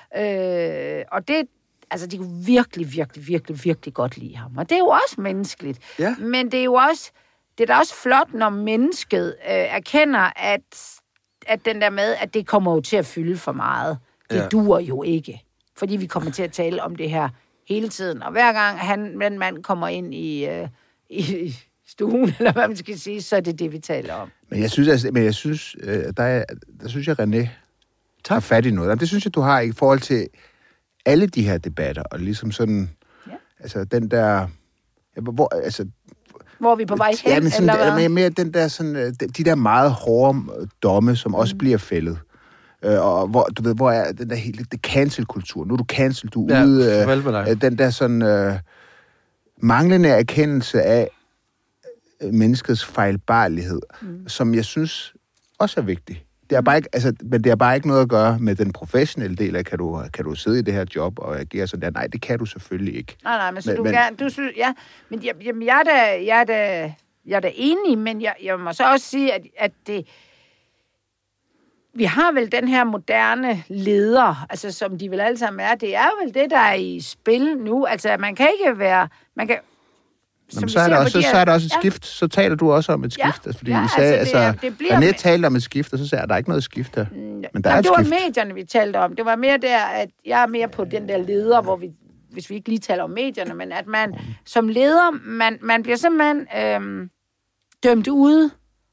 Øh, og det, altså, de kunne virkelig, virkelig, virkelig, virkelig godt lide ham. Og det er jo også menneskeligt. Ja. Men det er jo også... Det er da også flot, når mennesket øh, erkender, at, at den der med, at det kommer jo til at fylde for meget. Det ja. duer jo ikke. Fordi vi kommer til at tale om det her hele tiden. Og hver gang han, den mand kommer ind i, øh, i stuen, eller hvad man skal sige, så er det det, vi taler om. Men jeg synes, altså, men jeg synes, øh, der, er, der synes jeg, René tager fat i noget. Det synes jeg, du har i forhold til alle de her debatter, og ligesom sådan, ja. altså den der, hvor, altså, hvor er vi på vej hen, ja, men sådan, eller hvad? Mere, mere den der, sådan, de der meget hårde domme, som også mm. bliver fældet. Øh, og hvor, du ved, hvor er den der hele, det cancel-kultur. Nu er du cancel, du er ja, ude. Øh, den der sådan øh, manglende erkendelse af øh, menneskets fejlbarlighed, mm. som jeg synes også er vigtig. Det er bare ikke, altså, men det har bare ikke noget at gøre med den professionelle del af, kan du, kan du sidde i det her job og agere sådan der? Nej, det kan du selvfølgelig ikke. Nej, nej, men så men, du men, gerne, du synes, ja, men jeg, jeg, jeg, er da, jeg, er da, jeg er da enig, men jeg, jeg må så også sige, at, at det, vi har vel den her moderne leder, altså som de vel alle sammen er. Det er vel det, der er i spil nu. Altså, man kan ikke være... Man kan, Jamen, så, er der også, så, her, så er der også et ja. skift. Så taler du også om et skift. Ja, altså, fordi ja, vi sagde, altså, det, altså, det bliver... René talte om et skift, og så sagde jeg, at der er ikke noget skift her. Men der Jamen, er et det var skift. medierne, vi talte om. Det var mere der, at jeg er mere på den der leder, hvor vi, hvis vi ikke lige taler om medierne, men at man som leder, man, man bliver simpelthen øhm, dømt ude,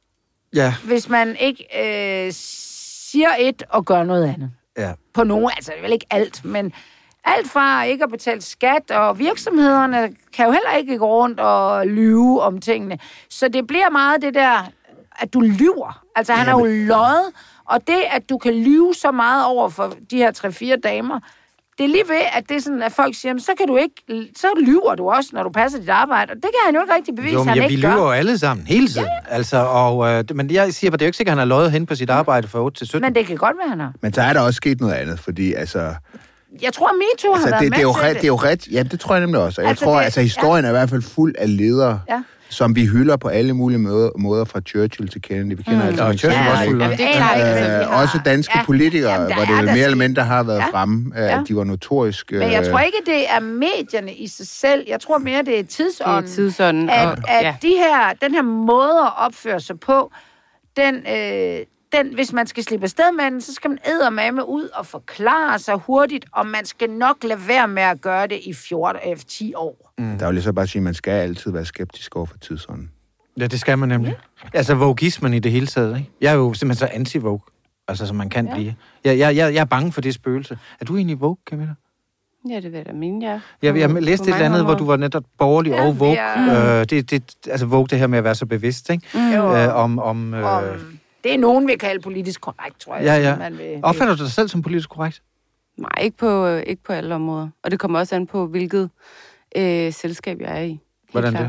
Ja. hvis man ikke øh, siger et og gør noget andet. Ja. På nogen, altså det er vel ikke alt, men alt fra ikke at betale skat, og virksomhederne kan jo heller ikke gå rundt og lyve om tingene. Så det bliver meget det der, at du lyver. Altså han har jo løjet, og det, at du kan lyve så meget over for de her tre-fire damer, det er lige ved, at det er sådan, at folk siger, så kan du ikke, så lyver du også, når du passer dit arbejde. Og det kan han jo ikke rigtig bevise, jo, men, han ja, ikke vi gør. lyver jo alle sammen, hele tiden. Ja. Altså, og, øh, men jeg siger bare, det er jo ikke sikkert, at han har løjet hen på sit arbejde fra otte til sytten. Men det kan godt være, han har. Men så er der også sket noget andet, fordi altså... Jeg tror, MeToo har altså, været det, med det er jo til ret, det. det er jo ret, ja, det tror jeg nemlig også. Og jeg Altså, tror, det- altså historien ja. er i hvert fald fuld af ledere, Ja. som vi hylder på alle mulige måder, måder fra Churchill til Kennedy. Vi kender mm. altså Og Churchill var også fuld af- det er klart, ikke, men vi Øh, har- også danske Ja. politikere, Jamen, der hvor det er jo der mere eller sket- mindre har været Ja. fremme, øh, Ja. at de var notorisk... Men jeg øh, tror ikke, det er medierne i sig selv. Jeg tror mere, det er tidsånden. Det er tidsånden, At, og- at ja. de her, den her måde at opføre sig på, den, øh, den, hvis man skal slippe afsted med den, så skal man eddermame ud og forklare sig hurtigt, og man skal nok lade være med at gøre det i fjorten eller ti år. Mm. Der vil jeg så bare sige, at man skal altid være skeptisk over for tidsånden. Ja, det skal man nemlig. Ja. Altså, vogismen i det hele taget, ikke? Jeg er jo simpelthen så anti-vogue, altså, som man kan ja. blive. Jeg, jeg, jeg, jeg er bange for det spøgelse. Er du egentlig vogue, Camilla? Ja, det vil jeg da mene, ja. Jeg, jeg læste et eller andet, hvor du var netop borgerlig Ja, og vogue. ja. Øh, det, det, altså, vogue, det her med at være så bevidst, ikke? Mm. Øh, om... om øh, Om, det er nogen, vil kalde politisk korrekt, tror jeg. ja, ja. som Man vil, Opfatter du dig selv som politisk korrekt? Nej, ikke på, ikke på alle områder. Og det kommer også an på, hvilket øh, selskab jeg er i. Helt Hvordan klart. det?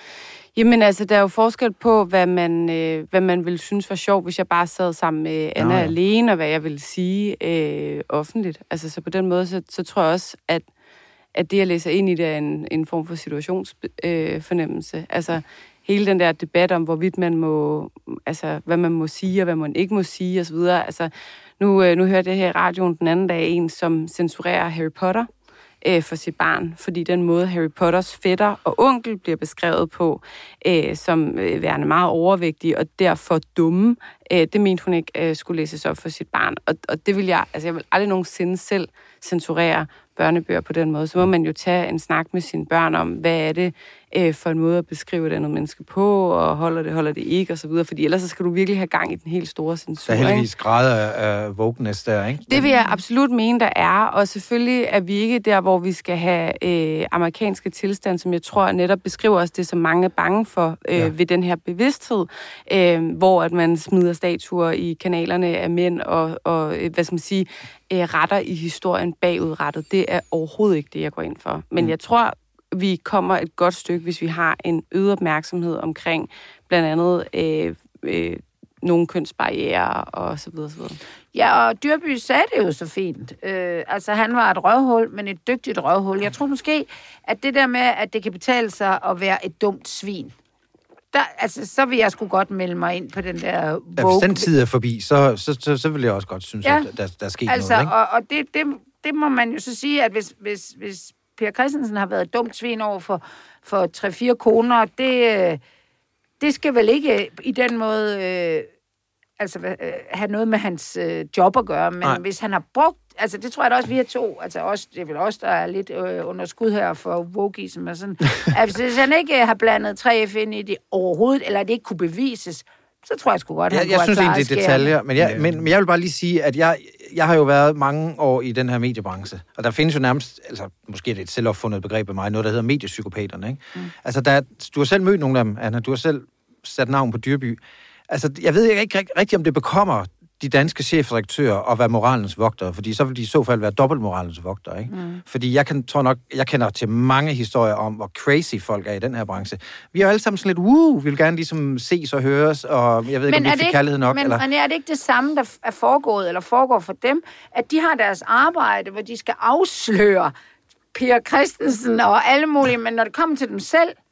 Jamen altså, der er jo forskel på, hvad man, øh, hvad man ville synes var sjovt, hvis jeg bare sad sammen med Anna Nå, ja. alene, og hvad jeg ville sige øh, offentligt. Altså, så på den måde, så, så tror jeg også, at, at det, jeg læser ind i det, er en, en form for situationsfornemmelse. Øh, fornemmelse. altså, hele den der debat om, hvorvidt man må, altså, hvad man må sige, og hvad man ikke må sige, osv. Altså, nu, øh, nu hørte jeg her i radioen den anden dag en, som censurerer Harry Potter øh, for sit barn, fordi den måde Harry Potters fætter og onkel bliver beskrevet på, øh, som øh, værende meget overvægtige og derfor dumme, øh, det mente hun ikke øh, skulle læses op for sit barn. Og, og det vil jeg, altså jeg vil aldrig nogensinde selv censurere børnebøger på den måde. Så må man jo tage en snak med sine børn om, hvad er det øh, for en måde at beskrive det andet menneske på, og holder det, holder det ikke, og så videre. Fordi ellers så skal du virkelig have gang i den helt store censur. Der er ikke? heldigvis grader af, af wokeness der, ikke? Det vil jeg absolut mene, der er, og selvfølgelig er vi ikke der, hvor vi skal have øh, amerikanske tilstand, som jeg tror netop beskriver os det, som mange er bange for øh, ja. ved den her bevidsthed, øh, hvor at man smider statuer i kanalerne af mænd og, og øh, hvad skal man sige, øh, retter i historien bagudrettet. Det er overhovedet ikke det, jeg går ind for. Men mm. jeg tror, vi kommer et godt stykke, hvis vi har en øget opmærksomhed omkring blandt andet øh, øh, nogle kønsbarrierer og så videre, så videre. Ja, og Dyrby sagde det jo så fint. Øh, altså, han var et røvhul, men et dygtigt røvhul. Jeg tror måske, at det der med, at det kan betale sig at være et dumt svin, der, altså, så vil jeg sgu godt melde mig ind på den der Ja, woke. hvis den tid er forbi, så, så, så, så vil jeg også godt synes, Ja. at der, der er sket altså, noget, ikke? og, og det, det, det må man jo så sige, at hvis, hvis, hvis Per Christensen har været et dumt svin over for, for tre-fire koner, det, øh, det skal vel ikke i den måde øh, altså, øh, have noget med hans øh, job at gøre, men Nej. hvis han har brugt, altså det tror jeg da også, vi har to, altså også, det er vel også, der er lidt øh, under skud her for wokeism og sådan, altså hvis han ikke øh, har blandet tre F ind i det overhovedet, eller det ikke kunne bevises, så tror jeg sgu godt, han Jeg, jeg kunne synes have egentlig, det er klaret detaljer, men jeg, men, men jeg vil bare lige sige, at jeg, jeg har jo været mange år i den her mediebranche, og der findes jo nærmest, altså måske er det et selvopfundet begreb af mig, noget, der hedder mediepsykopaterne, ikke? Mm. Altså, der, du har selv mødt nogle af dem, Anna, du har selv sat navn på Dyrby. Altså, jeg ved ikke rigtig, rigtig, om det bekommer de danske chefredaktører at være moralens vogtere, fordi så vil de i så fald være dobbeltmoralens vogtere, ikke? Mm. Fordi jeg kan, tror nok, jeg kender til mange historier om, hvor crazy folk er i den her branche. Vi er jo alle sammen sådan lidt, woo, vi vil gerne ligesom ses og høres, og jeg ved ikke, men om vi fik kærlighed nok. Men eller... er det ikke det samme, der er foregået, eller foregår for dem, at de har deres arbejde, hvor de skal afsløre Per Christensen og alle mulige, men når det kommer til dem selv, Ja.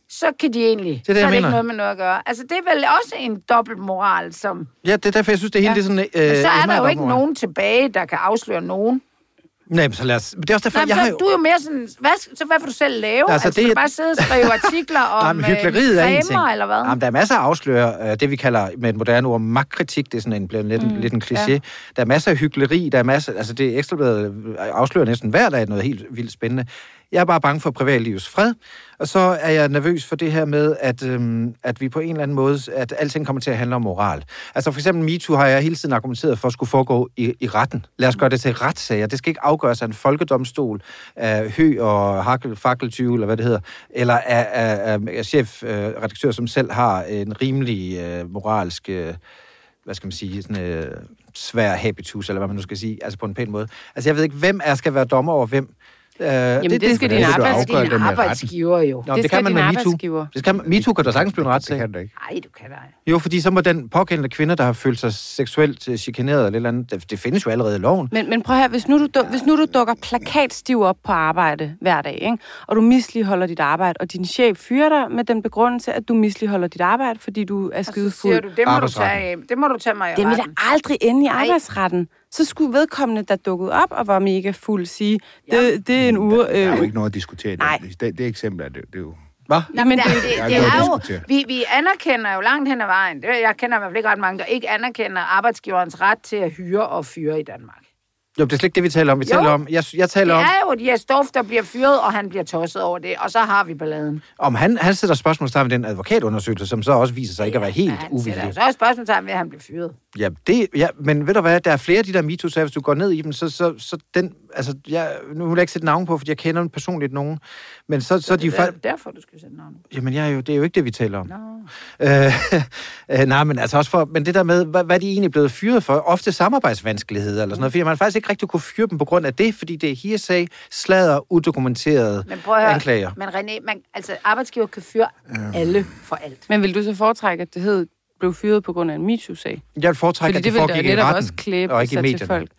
så kan de egentlig, det er det, så er det jeg ikke mener. noget med noget at gøre. Altså, det er vel også en dobbeltmoral, som... Ja, det er derfor, jeg synes, det er helt Ja. det sådan... Øh, Men så er smager der jo ikke dobbeltmoral. nogen tilbage, der kan afsløre nogen. Nej, men så lad os... Det er også derfor, Nej, jeg så, har jo... du er jo mere sådan... Hvad, så hvad vil du selv lave? Altså, Altså, det- det... bare sidde og skrive artikler om Nej, men hykleriet er en ting. cremer, eller hvad? Jamen, der er masser af afslører, øh, det vi kalder med et moderne ord magtkritik, det er sådan en, bliver lidt, mm, lidt en kliché. Ja. Der er masser af hykleri, der er masser... Altså, det er Ekstrabladet afslører næsten hver dag noget helt vildt spændende. Jeg er bare bange for privatlivets fred, og så er jeg nervøs for det her med, at, øhm, at vi på en eller anden måde, at alting kommer til at handle om moral. Altså for eksempel MeToo har jeg hele tiden argumenteret for at skulle foregå i, i retten. Lad os gøre det til retssager. Det skal ikke afgøres af en folkedomstol, af hø og hakkel, fakkeltyve, eller hvad det hedder, eller af, af, af chefredaktør, øh, som selv har en rimelig øh, moralsk... Øh, hvad skal man sige, sådan øh, svær habitus, eller hvad man nu skal sige, altså på en pæn måde. Altså jeg ved ikke, hvem er skal være dommer over hvem. Uh, Jamen, det, det skal din det, du arbejds... afgøre det Din med retten. arbejdsgiver jo. Nå, det det skal kan man din med MeToo. arbejdsgiver. Det kan, MeToo kan der sagtens blive en Det retssag. kan det ikke. Nej, du kan da. Jo, fordi så må den pågældende kvinde, der har følt sig seksuelt øh, chikaneret eller et eller andet, det, det findes jo allerede i loven. Men, men prøv her, hvis nu, du, du- hvis nu du dukker plakatstiv op på arbejde hver dag, ikke? Og du misligeholder dit arbejde, og din chef fyrer dig med den begrundelse, at du misligeholder dit arbejde, fordi du er Og så skidefuld. siger du, det må du Arbejdsretten. tage, det må du tage mig i Det vil retten. da aldrig ende i Nej. arbejdsretten. Så skulle vedkommende, der dukkede op og var mega fuld, sige, det, det er en uge... Der er jo Øh, ikke noget at diskutere. Nej. Det, det, det eksempel er det, det er jo... Hvad? jamen, det, det, det, Jeg det kan er godt jo, diskutere. vi, vi anerkender jo langt hen ad vejen, det, jeg kender i hvert fald ikke ret mange, der ikke anerkender arbejdsgiverens ret til at hyre og fyre i Danmark. Jo, det er slet ikke det, vi taler om. Vi Jo. taler om, jeg, jeg Det taler om, er jo de her stof, der bliver fyret, og han bliver tosset over det, og så har vi balladen. om han, han sætter spørgsmålstegn ved den advokatundersøgelse, som så også viser sig ikke at være helt Ja, han sætter uvildig. jo så også spørgsmålstegn ved, at han bliver fyret. Ja, det, ja, men ved du hvad, der er flere af de der MeToo-sager, hvis du går ned i dem, så, så, så den, altså, jeg, nu vil jeg ikke sætte navn på, fordi jeg kender personligt nogen, men så, så er de jo Det er faktisk... derfor, du skal sætte navn. Jamen, jeg er jo, det er jo ikke det, vi taler om. Nå. Øh, øh, nej, men altså også for, men det der med, hvad, hvad er de egentlig blevet fyret for? Ofte samarbejdsvanskeligheder eller sådan noget, fordi man faktisk ikke rigtig kunne fyre dem på grund af det, fordi det er hearsay, sladder, udokumenterede Men prøv at høre, anklager. men René, man, altså arbejdsgiver kan fyre alle for alt. men vil du så foretrække, at det hed, blev fyret på grund af en MeToo-sag? Jeg vil foretrække, Fordi at det det vil da foregik i netop retten, også klæbe og ikke i sig til medierne. folk.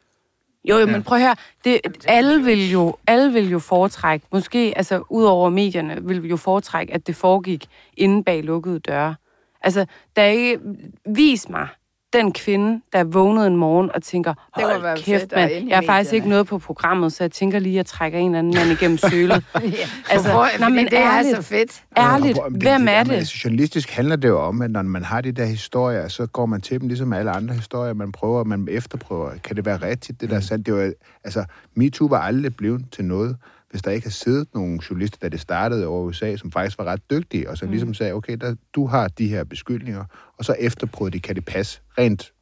Jo, jo, men prøv at høre. Det, alle, vil jo, alle vil jo foretrække, måske, altså ud over medierne, vil vi jo foretrække, at det foregik inde bag lukkede døre. Altså, der er ikke... Vis mig den kvinde, der vågnede en morgen og tænker, Det kunne hold være kæft, fedt at mand, ind i jeg er faktisk medierne." ikke noget på programmet, så jeg tænker lige, at jeg trækker en eller anden mand igennem sølet. Ja. Altså, Hvor, nej, men det er ærligt. så fedt. Ærligt, Og hvor- hvem er jamen, det? Altså, journalistisk handler det jo om, at når man har de der historier, så går man til dem ligesom alle andre historier. Man prøver, man efterprøver. Kan det være rigtigt, det der er sandt? Det var, altså, MeToo var aldrig blevet til noget, hvis der ikke har siddet nogle journalister, da det startede over U S A, som faktisk var ret dygtige, og som mm. ligesom sagde, okay, der, du har de her beskyldninger, og så efterprøvede de, kan det passe? Rent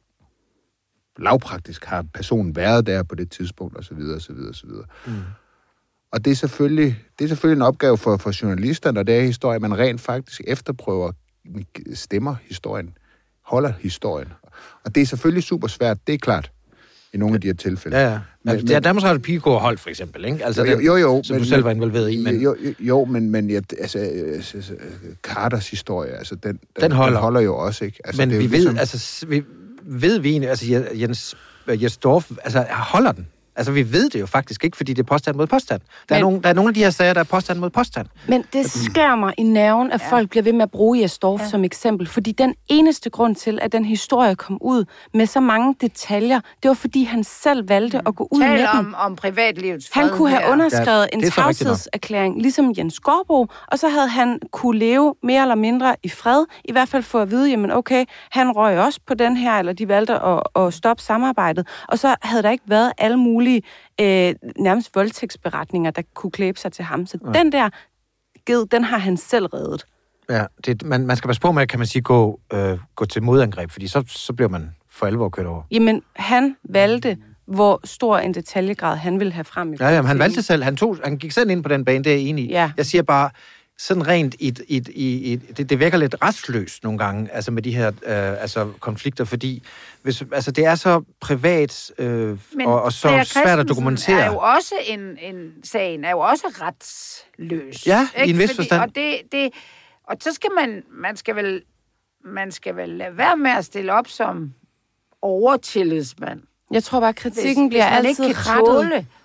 lavpraktisk har personen været der på det tidspunkt, og så videre, og så videre, og så videre. Mm. Og det er, selvfølgelig, det er selvfølgelig en opgave for, for journalister, når det er historie, man rent faktisk efterprøver, stemmer historien, holder historien. Og det er selvfølgelig super svært, det er klart, i nogle af de her tilfælde. Ja, ja. Men, men, ja, Danmarks Radio Pigekoret holdt, for eksempel, ikke? Altså, jo, jo, jo, som men, du selv var involveret i. Men... Jo, jo, jo men, men ja, altså, altså, Carters historie, altså, den, den, Den holder. den holder jo også, ikke? Altså, men det er vi jo ved, ligesom... altså, vi ved vi egentlig, altså Jens, Jens Dorf, altså holder den? Altså, vi ved det jo faktisk ikke, fordi det er påstand mod påstand. Der, Men- er, nogle, der er nogle af de her sager, der er påstand mod påstand. Men det skærer mig i nerven, at ja. folk bliver ved med at bruge Jesdorf ja. som eksempel. Fordi den eneste grund til, at den historie kom ud med så mange detaljer, det var fordi, han selv valgte mm. at gå ud med Tal den. om, om privatlivets fred Han kunne have her. underskrevet Ja, en det er så rigtigt nok. tavshedserklæring, ligesom Jens Skorbo, og så havde han kunne leve mere eller mindre i fred, i hvert fald for at vide, jamen okay, han røg også på den her, eller de valgte at, at stoppe samarbejdet, og så havde der ikke været alle mulige øh, nærmest voldtægtsberetninger, der kunne klæbe sig til ham. Så ja. den der ged, den har han selv reddet. Ja, det, man, man skal passe på med, kan man sige, gå, øh, gå til modangreb, fordi så, så bliver man for alvor kørt over. Jamen, han valgte, hvor stor en detaljegrad han ville have frem i Ja, jamen, han politikken. valgte selv. Han, tog, han gik selv ind på den bane, det er jeg enig i. Ja. Jeg siger bare, sådan rent, i, et, i, et, i et, det, det virker lidt retsløst nogle gange, altså med de her øh, altså, konflikter, fordi hvis, altså, det er så privat øh, og, og så Freja svært at Christensen dokumentere. er jo også en, en sagen er jo også retsløs. Ja, i ikke? en vis Fordi, forstand. Og, det, det, og så skal man, man skal vel, man skal vel lade være med at stille op som overtillidsmand. Jeg tror bare, kritikken Hvis, bliver hvis man altid ikke kan rettet. tåle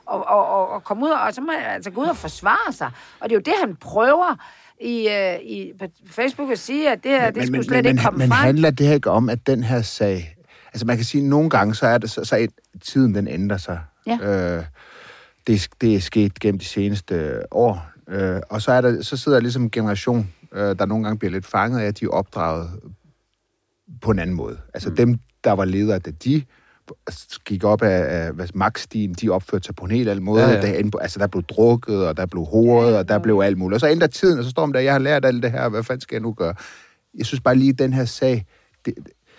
og, og, og, og komme ud, og så må han altså gå ud og forsvare sig. Og det er jo det, han prøver i, øh, i på Facebook at sige, at det her, det men, skulle men, slet men, ikke komme men, frem. Men handler det her ikke om, at den her sag... Altså man kan sige, at nogle gange, så er det så, så et, tiden den ændrer sig. Ja. Øh, det, det er sket gennem de seneste år. Øh, og så, er der, så sidder der ligesom en generation, øh, der nogle gange bliver lidt fanget af, at de er opdraget på en anden måde. Altså mm. dem, der var ledere, da de gik op af, af magtstigen, de opførte sig på en helt anden måde. Ja, ja. Der, altså der blev drukket, og der blev hovedet, ja, og der blev alt muligt. Og så ændrer tiden, og så står man der, jeg har lært alt det her, hvad fanden skal jeg nu gøre? Jeg synes bare lige, den her sag... Det,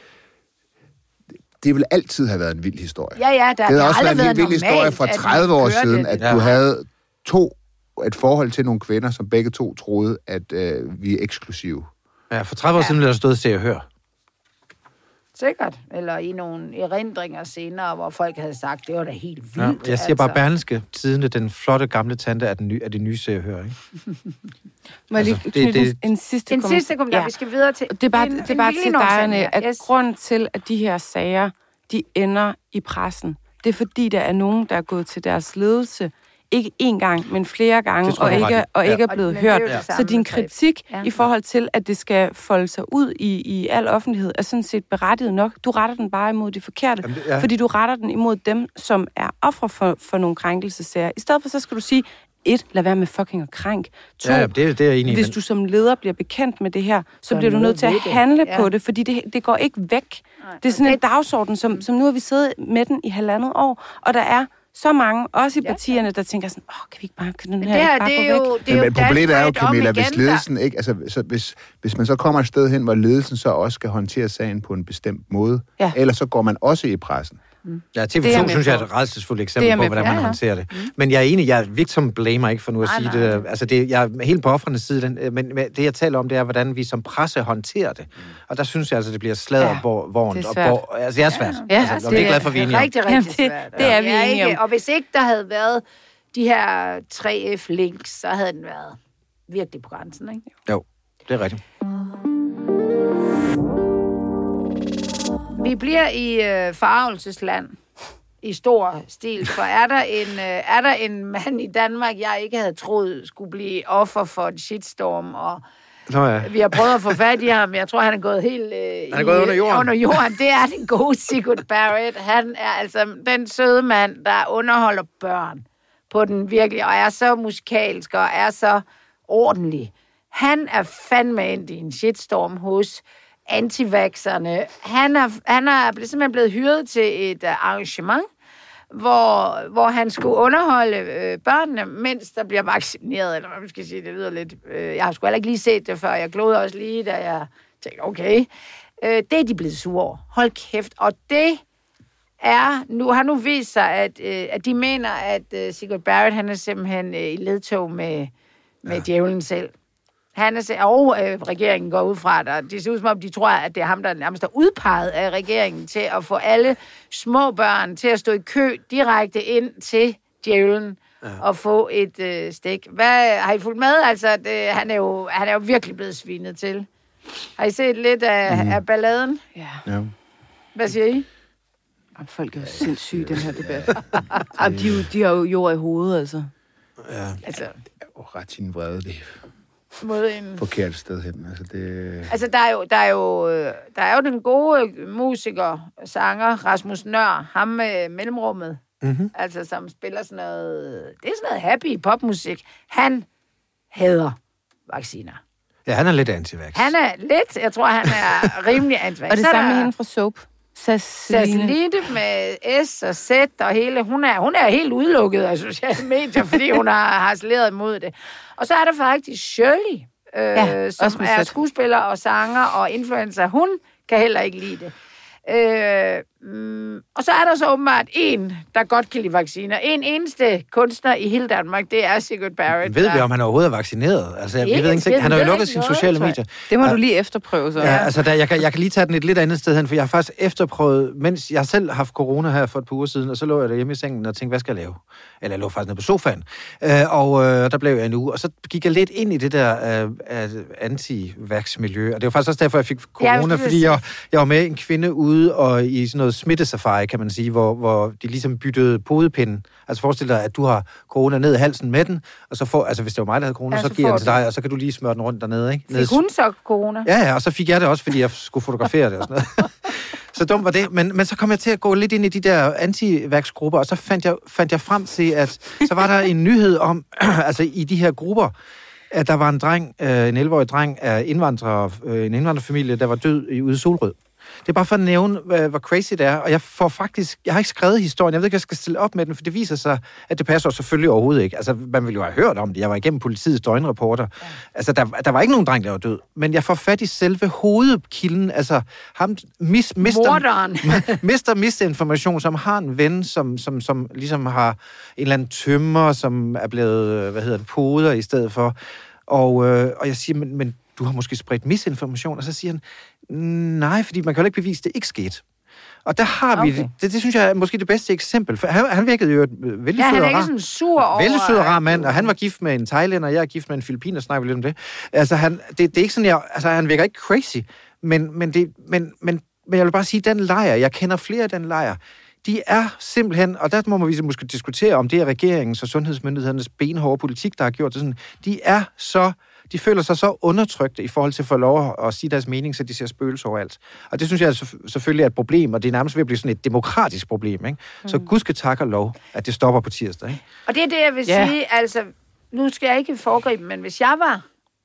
det vil altid have været en vild historie. Ja, ja, der, det har også været været en vild historie for tredive år siden, at ja. du havde to, et forhold til nogle kvinder, som begge to troede, at øh, vi er eksklusive. Ja, for tredive år ja. siden blev der stået Se og Hør. Sikkert. Eller i nogle erindringer senere, hvor folk havde sagt, det var da helt vildt. Ja, jeg siger altså. bare Berlingske Tidende, den flotte gamle tante af, den nye, af de nye Se og Hør, ikke? Må jeg lige altså, det, det, en sidste en kommentar? sidste kommentar, ja. Vi skal videre til... Det er bare, en, det er bare til dig, at yes. grund til, at de her sager, de ender i pressen, det er fordi, der er nogen, der er gået til deres ledelse, ikke én gang, men flere gange, og ikke, og ikke ja. er blevet og hørt. Ja. Så din kritik ja. i forhold til, at det skal folde sig ud i, i al offentlighed, er sådan set berettiget nok. Du retter den bare imod de forkerte, Jamen, ja. fordi du retter den imod dem, som er ofre for, for nogle krænkelsesager. I stedet for, så skal du sige, et, lad være med fucking at krænke. To, ja, det, det er jeg enig i. Hvis du som leder bliver bekendt med det her, så bliver du nødt til at handle ja. på det, fordi det, det går ikke væk. Nej. Det er sådan en dagsorden, som, som nu har vi siddet med den i halvandet år, og der er så mange, også i partierne, der tænker sådan, åh, kan vi ikke bare, kan den her det her, ikke bare det gå jo, væk? Det er jo men problemet er jo, Camilla, igen, hvis ledelsen ikke, altså så hvis, hvis man så kommer et sted hen, hvor ledelsen så også skal håndtere sagen på en bestemt måde, ja. eller så går man også i pressen. Mm. Ja, T V to synes jeg er et rædselsfuldt eksempel på, hvordan man ja, ja. håndterer det. Mm. Men jeg er enig, jeg er victim blamer ikke for nu at nej, sige nej. det. Altså, det, jeg er helt på offrenes side, den, men det jeg taler om, det er, hvordan vi som presse håndterer det. Mm. Og der synes jeg altså, det bliver sladdervognt. Ja, det er svært. Altså, det er svært. Ja, ja, altså, og det er glad for, vi er enige om. Rigtig, rigtig svært. Ja, det, det er vi enige om. Og hvis ikke der havde været de her tre F-links, så havde den været virkelig på grænsen, ikke? Jo, det er rigtigt. Vi bliver i øh, forargelsesland i stor stil, for er der, en, øh, er der en mand i Danmark, jeg ikke havde troet skulle blive offer for et shitstorm, og Nå ja. vi har prøvet at få fat i ham, jeg tror, han er gået helt øh, han er gået i, under jorden. under jorden. Det er den gode Sigurd Barrett. Han er altså den søde mand, der underholder børn på den virkelig, og er så musikalsk, og er så ordentlig. Han er fandme ind i en shitstorm hos antivaxerne. Han er, han er simpelthen blevet hyret til et uh, arrangement, hvor, hvor han skulle underholde øh, børnene, mens der bliver vaccineret, eller hvad man skal sige, det lyder lidt... Øh, jeg har sgu heller ikke lige set det før, jeg glodede også lige, da jeg tænkte, okay, øh, det er de blevet sure over. Hold kæft. Og det er, nu har nu vist sig, at, øh, at de mener, at øh, Sigurd Barrett, han er simpelthen øh, i ledtog med, med ja. djævlen selv. Han er, og øh, regeringen går ud fra det. Det ser ud som om, de tror, at det er ham, der nærmest er udpeget af regeringen til at få alle små børn til at stå i kø direkte ind til djævlen ja. og få et øh, stik. Hvad har I fulgt med? Altså, det, han, er jo, han er jo virkelig blevet svinet til. Har I set lidt af, mm. af balladen? Ja. ja. Hvad siger I? Jamen, folk er jo sindssyge, den her debat. Jamen, de, de har jo jord i hovedet, altså. Ja, altså. Det er jo ret sin vrede, det mod en... forkert sted hen. Altså, det... altså der, er jo, der, er jo, der er jo den gode musiker, sanger, Rasmus Nøhr, ham med mellemrummet, mm-hmm. altså som spiller sådan noget, det er sådan noget happy popmusik. Han hader vacciner. Ja, han er lidt anti-vax. Han er lidt, jeg tror, han er rimelig anti-vax. Og det samme med hende fra Soap. Sasseline med S og Z og hele. Hun er, hun er helt udelukket af sociale medier, fordi hun har harceleret imod det. Og så er der faktisk Shirley, øh, ja, som er skuespiller og sanger og influencer. Hun kan heller ikke lide det. Øh, mm, og så er der så åbenbart en, der godt kan lide vacciner. En eneste kunstner i hele Danmark, det er Sigurd Barrett. Ved vi, om han overhovedet er vaccineret? Altså, jeg, jeg ved ingenting. Han har jo lukket sine sociale medier. Det må ja. du lige efterprøve, så. Ja, altså, der, jeg, kan, jeg kan lige tage den et lidt andet sted hen, for jeg har faktisk efterprøvet, mens jeg selv har haft corona her for et par uger siden, og så lå jeg derhjemme i sengen og tænkte, hvad skal jeg lave? Eller jeg lå faktisk nede på sofaen. Øh, og øh, der blev jeg en uge, og så gik jeg lidt ind i det der øh, anti-vax-miljø, og det var faktisk også derfor, jeg fik corona, ja, fordi jeg, jeg var med en kvinde ude ude og i sådan noget smittesafari, kan man sige, hvor, hvor de ligesom byttede podepinden. Altså forestil dig, at du har corona ned i halsen med den, og så får, altså hvis det var mig, der havde corona, ja, så, så giver jeg den til dig, og så kan du lige smøre den rundt dernede, ikke? Fik hun så corona? Ja, ja, og så fik jeg det også, fordi jeg skulle fotografere det og sådan noget. Så dumt var det. Men, men så kom jeg til at gå lidt ind i de der antivax-grupper, og så fandt jeg, fandt jeg frem til, at så var der en nyhed om, altså i de her grupper, at der var en dreng, øh, en elleve-årig dreng af indvandrere, øh, en indvandrerfamilie, der var død i ude i Solrød. Det er bare for at nævne, hvad, hvor crazy det er. Og jeg får faktisk... Jeg har ikke skrevet historien. Jeg ved ikke, jeg skal stille op med den, for det viser sig, at det passer selvfølgelig overhovedet ikke. Altså, man ville jo have hørt om det. Jeg var igennem politiets døgnreporter. Ja. Altså, der, der var ikke nogen dreng, der var død. Men jeg får fat i selve hovedkilden. Altså, ham mis, mister, mister misinformation, som har en ven, som, som, som ligesom har en eller anden tømmer, som er blevet, hvad hedder det, poder i stedet for. Og, øh, og jeg siger, men, men du har måske spredt misinformation. Og så siger han, nej, fordi man kan jo ikke bevise, at det ikke skete. Og der har vi, okay. det, det synes jeg er måske det bedste eksempel. For han, han virkede jo et vældig ja, sød og rar. Ja, han er ikke sådan sur over... Vældig sød og rar mand, og han var gift med en thailænder, og jeg er gift med en filipiner, snakker vi lidt om det. Altså, han, det, det er ikke sådan, jeg... Altså, han virker ikke crazy, men, men, det, men, men, men jeg vil bare sige, den lejr, jeg kender flere af den lejr, de er simpelthen, og der må vi måske diskutere, om det er regeringens og sundhedsmyndighedernes benhårde politik, der har gjort det sådan, de er så... De føler sig så undertrykte i forhold til at få lov at sige deres mening, så de ser spøgelser overalt. Og det synes jeg selvfølgelig er et problem, og det er nærmest ved at blive sådan et demokratisk problem, ikke? Mm. Så Gud skal takke og lov, at det stopper på tirsdag, ikke? Og det er det, jeg vil yeah. sige, altså, nu skal jeg ikke foregribe, men hvis jeg var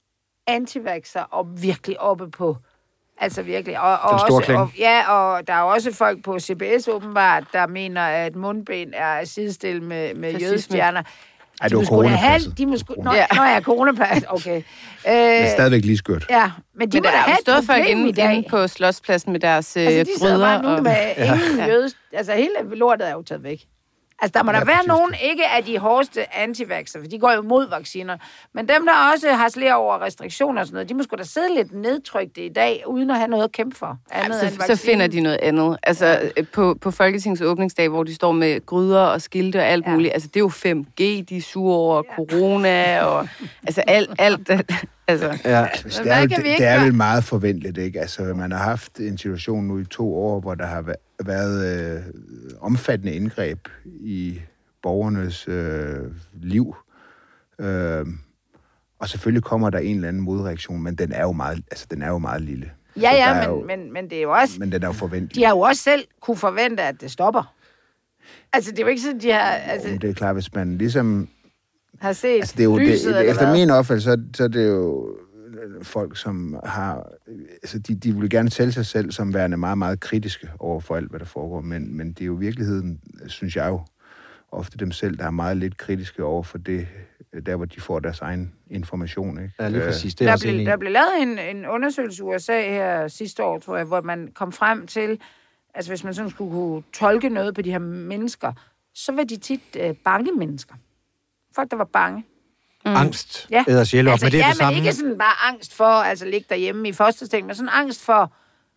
antivaxer og virkelig oppe på, altså virkelig, og, og også, og, ja, og der er også folk på C B S åbenbart, der mener, at mundben er sidestillet med, med jødestjerner. Ej, det var coronapasset. De må sgu... Nå, ja. Nå ja, coronapas, okay. Øh, det er stadigvæk lige skørt. Ja, men de men må da have et problem folk inde, i dag. inde på Slotspladsen med deres øh, altså, de gryder. Altså, de sidder bare nu med ja. ingen ja. jødes... Altså, hele lortet er jo taget væk. Altså, der må ja, der være nogen, ikke af de hårdeste antivaxer, for de går jo mod vacciner, men dem, der også har slæret over restriktioner og sådan noget, de må sgu da sidde lidt nedtrykte i dag, uden at have noget at kæmpe for. Ja, så, så finder de noget andet. Altså, ja. på, på Folketingets åbningsdag, hvor de står med gryder og skilte og alt ja. muligt, altså, det er jo fem G, de er sure over ja. corona, og altså, alt, alt, altså... Ja. Altså, det, er jo, det, det er vel meget forventeligt, ikke? Altså, man har haft en situation nu i to år, hvor der har været øh, omfattende indgreb i borgernes øh, liv. Øh, og selvfølgelig kommer der en eller anden modreaktion, men den er jo meget, altså, den er jo meget lille. Ja, ja, men, jo, men, men det er jo også... Men den er jo forventelig. De har jo også selv kunne forvente, at det stopper. Altså, det er jo ikke sådan, de har... Altså, jo, det er klart, hvis man ligesom... Har set altså, det er jo, lyset, det, efter min opfattelse, så, så er det jo folk, som har... Altså, de, de vil gerne tælle sig selv som værende meget, meget kritiske over for alt, hvad der foregår. Men, men det er jo virkeligheden, synes jeg jo, ofte dem selv, der er meget lidt kritiske over for det, der hvor de får deres egen information, ikke? Ja, lige præcis. Det er der, også blev, der blev lavet en, en undersøgelse i U S A her sidste år, tror jeg, hvor man kom frem til, altså hvis man sådan skulle kunne tolke noget på de her mennesker, så var de tit øh, bange mennesker. Folk, der var bange. Mm. Angst. Ja, æder sjæl op, altså, men det er ja, det samme. men ikke sådan bare angst for, altså ligge derhjemme i fosterstilling, men sådan angst for,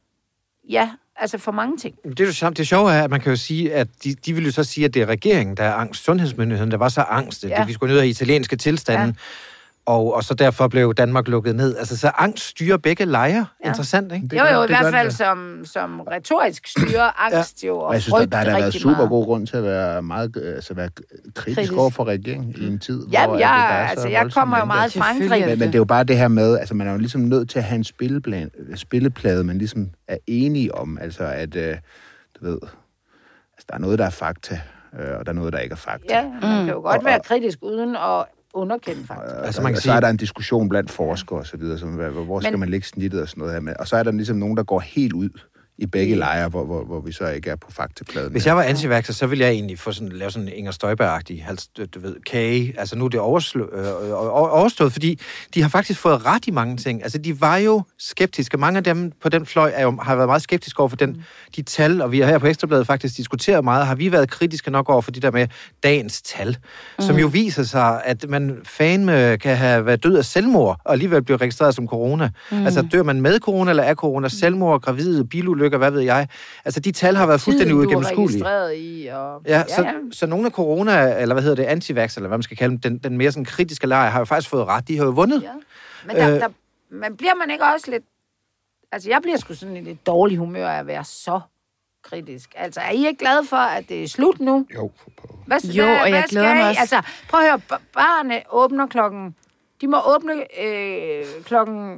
ja, altså for mange ting. Det, er det, det sjove er, at man kan jo sige, at de, de vil jo så sige, at det er regeringen, der er angst. Sundhedsmyndigheden, der var så angst. Ja. Det, vi skulle ned af italienske tilstanden. Ja. Og, og så derfor blev Danmark lukket ned. Altså, så angst styrer begge lejre. Ja. Interessant, ikke? Det jo, jo, i hvert fald som, som retorisk styrer angst ja. jo, og, og jeg synes, der, der har der været super god grund til at være meget altså være kritisk, kritisk. over for regeringen i en tid, ja, hvor jeg, det altså, jeg kommer jo meget fra Frankrig. Men, men det er jo bare det her med, altså man er jo ligesom nødt til at have en spilleplan, spilleplade, man ligesom er enige om. Altså at, øh, du ved, altså, der er noget, der er fakta, øh, og der er noget, der ikke er fakta. Ja, man kan jo godt og, være kritisk uden at underkendt, faktisk. Altså, man kan så sige... er der en diskussion blandt forskere og så videre, som, hvor skal men... man lægge snittet og sådan noget her med. Og så er der ligesom nogen, der går helt ud i begge lejre, hvor, hvor, hvor vi så ikke er på faktapladen. Hvis jeg var antivaxer, så ville jeg egentlig få sådan, lave sådan en Inger Støjberg-agtig, du ved, kage. Altså nu er det overslå, øh, overstået, fordi de har faktisk fået ret i mange ting. Altså de var jo skeptiske. Mange af dem på den fløj er jo, har været meget skeptiske over for den, mm. de tal, og vi har her på Ekstrabladet faktisk diskuteret meget. Har vi været kritiske nok over for de der med dagens tal, mm. som jo viser sig, at man fandme kan have været død af selvmord, og alligevel blive registreret som corona. Mm. Altså dør man med corona eller af corona, selvmord, gravide, bilulykker, hvad ved jeg. Altså, de tal har været fuldstændig uigennemskuelige. i, og... Ja, ja, så, ja. så nogle af corona, eller hvad hedder det, antivax, eller hvad man skal kalde dem, den, den mere sådan kritiske lejr, har jo faktisk fået ret. De har jo vundet. Ja. Men der, øh, der, man bliver man ikke også lidt... Altså, jeg bliver sgu sådan i lidt dårlig humør af at være så kritisk. Altså, er I ikke glade for, at det er slut nu? Jo, for på. Hvad, Jo, hvad, og jeg hvad glæder skal mig I? også. Altså, prøv at høre, barne åbner klokken... De må åbne øh, klokken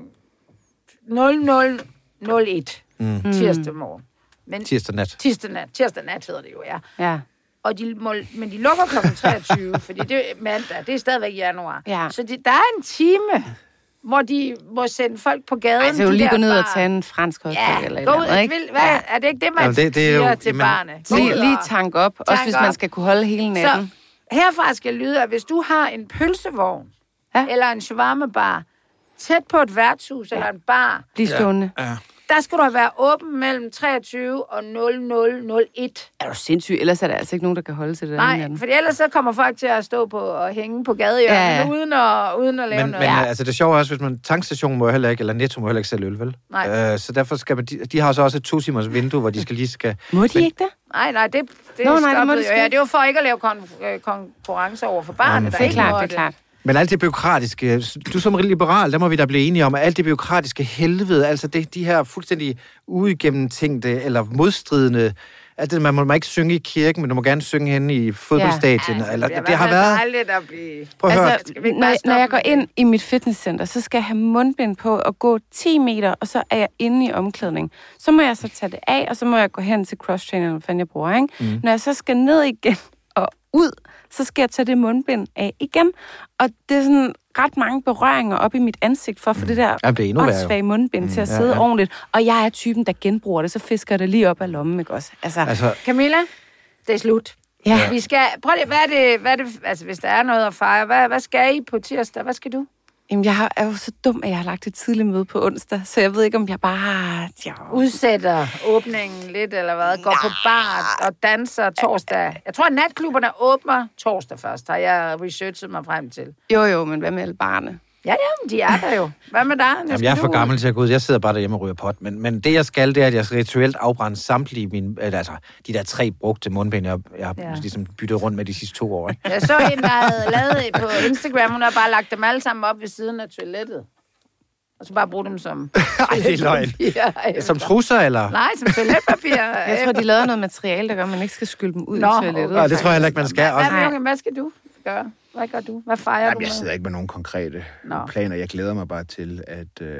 nul nul nul et Mm. tirsdag morgen. Men, Tirsdag nat. tirsdag nat. Tirsdag nat hedder det jo, ja. Ja. Og de må, men de lukker klokken treogtyve, fordi det er mandag, det er stadigvæk januar. Ja. Så det, der er en time, hvor de må sende folk på gaden. Altså, jo de lige der gå ned og bar- tage en fransk hotdog Ja, eller et gå eller ud. andet, ikke? Vil, hvad, Ja. er det ikke det, man Jamen, det- det er jo- siger til jamen, barne? Gå ud Lige, lige og- tank op, også tank hvis op. man skal kunne holde hele natten. Så herfra skal lyde, at hvis du har en pølsevogn, Ja. ja. eller en shawarma-bar, tæt på et værtshus ja. eller en bar, Bliv stående. Ja. der skal du være åben mellem treogtyve og nul nul nul et. Er du sindssyg? Ellers er der altså ikke nogen, der kan holde til det Nej, natten. for ellers så kommer folk til at stå på og hænge på gadehjørnet, Ja, ja. ja. uden, at, uden at lave Men, noget. men Ja. altså, det sjove er også, hvis man tankstationen må heller ikke, eller Netto må heller ikke sælge øl, vel? Nej. Øh, så derfor skal man, de, de har så også et to timers vindue, hvor de skal lige skal... Må de men, ikke det? Nej, nej, det, det Nå, Nå, nej, det må stoppede de jo. sgu Ja, ikke. det var for ikke at lave kon- øh, konkurrence over for barnet. men der det er ikke Klart, det måtte. er klart. Men alt det byråkratiske, du som liberal, der må vi da blive enige om, at alt det byråkratiske helvede, altså det, de her fuldstændig uigennemtænkte eller modstridende, at det, man må ikke synge i kirken, men du må gerne synge henne i fodboldstadion. Ja, eller, det, det har været... dejligt at blive... Prøv at høre. Altså, Skal vi ikke når, bare når jeg stoppe går med ind i mit fitnesscenter, så skal jeg have mundbind på og gå ti meter, og så er jeg inde i omklædning. Så må jeg så tage det af, og så må jeg gå hen til cross-trainer, hvad fanden jeg bruger, ikke? Mm. Når jeg så skal ned igen og ud, så skal jeg tage det mundbind af igen. Og det er sådan ret mange berøringer op i mit ansigt for at få det der Jamen, det er endnu værre, jo. åndssvage mundbind mm, til at ja, sidde ja. ordentligt. Og jeg er typen, der genbruger det, så fisker jeg det lige op af lommen, ikke også? Altså, Altså, Camilla, det er slut. ja. Vi skal... Prøv lige, hvad er det... Hvad er det altså, hvis der er noget at fejre, hvad, hvad skal I på tirsdag? Hvad skal du? Jamen, jeg har- er jo så dum, at jeg har lagt et tidligt møde på onsdag, så jeg ved ikke, om jeg bare... Ja. Udsætter åbningen lidt, eller hvad? Går på bar og danser torsdag. Jeg tror, at natklubberne åbner torsdag først, har jeg researchet mig frem til. Jo, jo, men hvad med alle barne? Ja, ja, men de er der jo. Hvad med dig? jamen, jeg er for gammel til at gå ud. Jeg sidder bare derhjemme og ryger pot. Men, men det, jeg skal, det er, at jeg skal rituelt afbrænde samtlige mine... Altså, de der tre brugte mundbind, jeg, jeg har Ja. ja. ligesom byttet rundt med de sidste to år, ikke? Jeg så en, der havde lavet på Instagram, hun har bare lagt dem alle sammen op ved siden af toilettet. Og så bare bruge dem som... Ej, det er løgn. toiletpapir. Som trusser, eller? Nej, som toiletpapir. Jeg tror, de lavede noget materiale, der gør, at man ikke skal skylde dem ud Nå, i toilettet. Nej, det tror jeg heller ikke, man skal. Også, Hvad, hvad, hvad skal du gøre? Hvad gør du? Hvad fejrer Jamen, du jeg med? sidder ikke med nogen konkrete Nå. planer. Jeg glæder mig bare til, at, øh,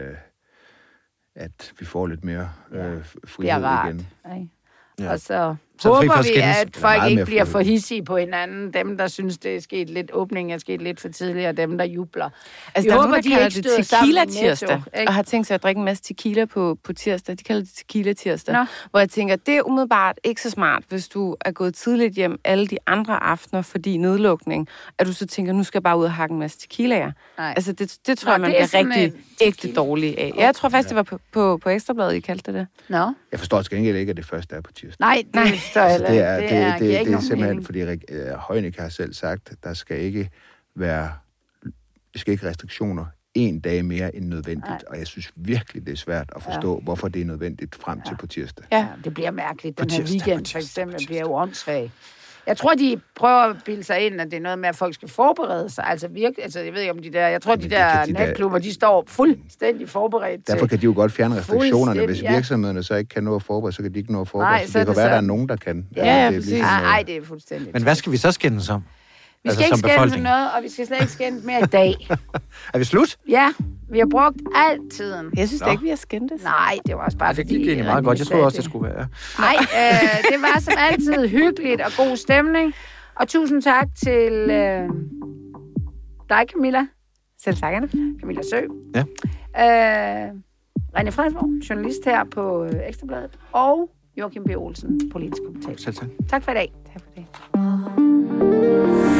at vi får lidt mere øh, Det er frihed rart. igen. Ikke? Ja. Og så, Så fri håber for at vi, skændes. at Eller folk meget ikke mere bliver frihed. for hissige på hinanden. Dem, der synes, det er sket lidt, åbningen er sket lidt for tidligt, og dem, der jubler. Altså, Vi der er håber, nogen, de der kalder ikke det støder sammen i tequila-tirsdag, Netto, ikke? og har tænkt sig at drikke en masse tequila på, på tirsdag. De kalder det tequila-tirsdag. Nå. Hvor jeg tænker, det er umiddelbart ikke så smart, hvis du er gået tidligt hjem alle de andre aftener, fordi nedlukning, at du så tænker, nu skal jeg bare ud og hakke en masse tequilaer. Nej. Altså, det, det tror Nå, jeg, man det er bliver sådan rigtig en ægte tequila. dårlig af. Jeg tror faktisk, det var på, på, på Ekstrabladet, I kaldte det det. Nå? Jeg forstår til gengæld ikke, at det første er på tirsdag. Nej, det Nej. står Altså, heller det ikke. er, det, det, er, det, giver det, ikke det er nogen simpelthen, mening. fordi uh, Heunicke har selv sagt, at der skal ikke være der skal ikke restriktioner en dag mere end nødvendigt. Nej. Og jeg synes virkelig, det er svært at forstå, ja. hvorfor det er nødvendigt frem til på tirsdag. Ja. Ja, det bliver mærkeligt. Den På her tirsdag, på weekend, for tirsdag, eksempel, på tirsdag. bliver jo åndssvag. Jeg tror, de prøver at bilde sig ind, at det er noget med, at folk skal forberede sig. Altså virkelig, altså jeg ved ikke om de der, jeg tror, Jamen, de det der kan de da- natklubber, de står fuldstændig forberedt til. Derfor kan de jo godt fjerne restriktionerne. Hvis Fuldstændig, ja. virksomhederne så ikke kan nå at forberede, så kan de ikke nå at forberede. Nej, så så er det kan det være, at der er så- nogen, der kan. Ja, ja, det er præcis. ligesom, Nej, øh, ej, det er fuldstændig. men hvad skal vi så skændes om? Vi skal altså, ikke som skændes om befolkning? noget, og vi skal slet ikke skændes mere i dag. Er vi slut? Ja, vi har brugt al tiden. Jeg synes Nå. da ikke, vi har skændtes. Nej, det var også bare Ja, det fordi... gik egentlig meget René godt. Jeg troede sagde også, det skulle være. Nej, øh, det var som altid hyggeligt og god stemning. Og tusind tak til øh, dig, Camilla. Selv tak, Anna. Camilla Sø. Ja. Øh, René Fredsborg, journalist her på øh, Ekstrabladet. Og Joachim B. Olsen, politisk kommentator. Selv tak. Tak for i dag. Tak for det.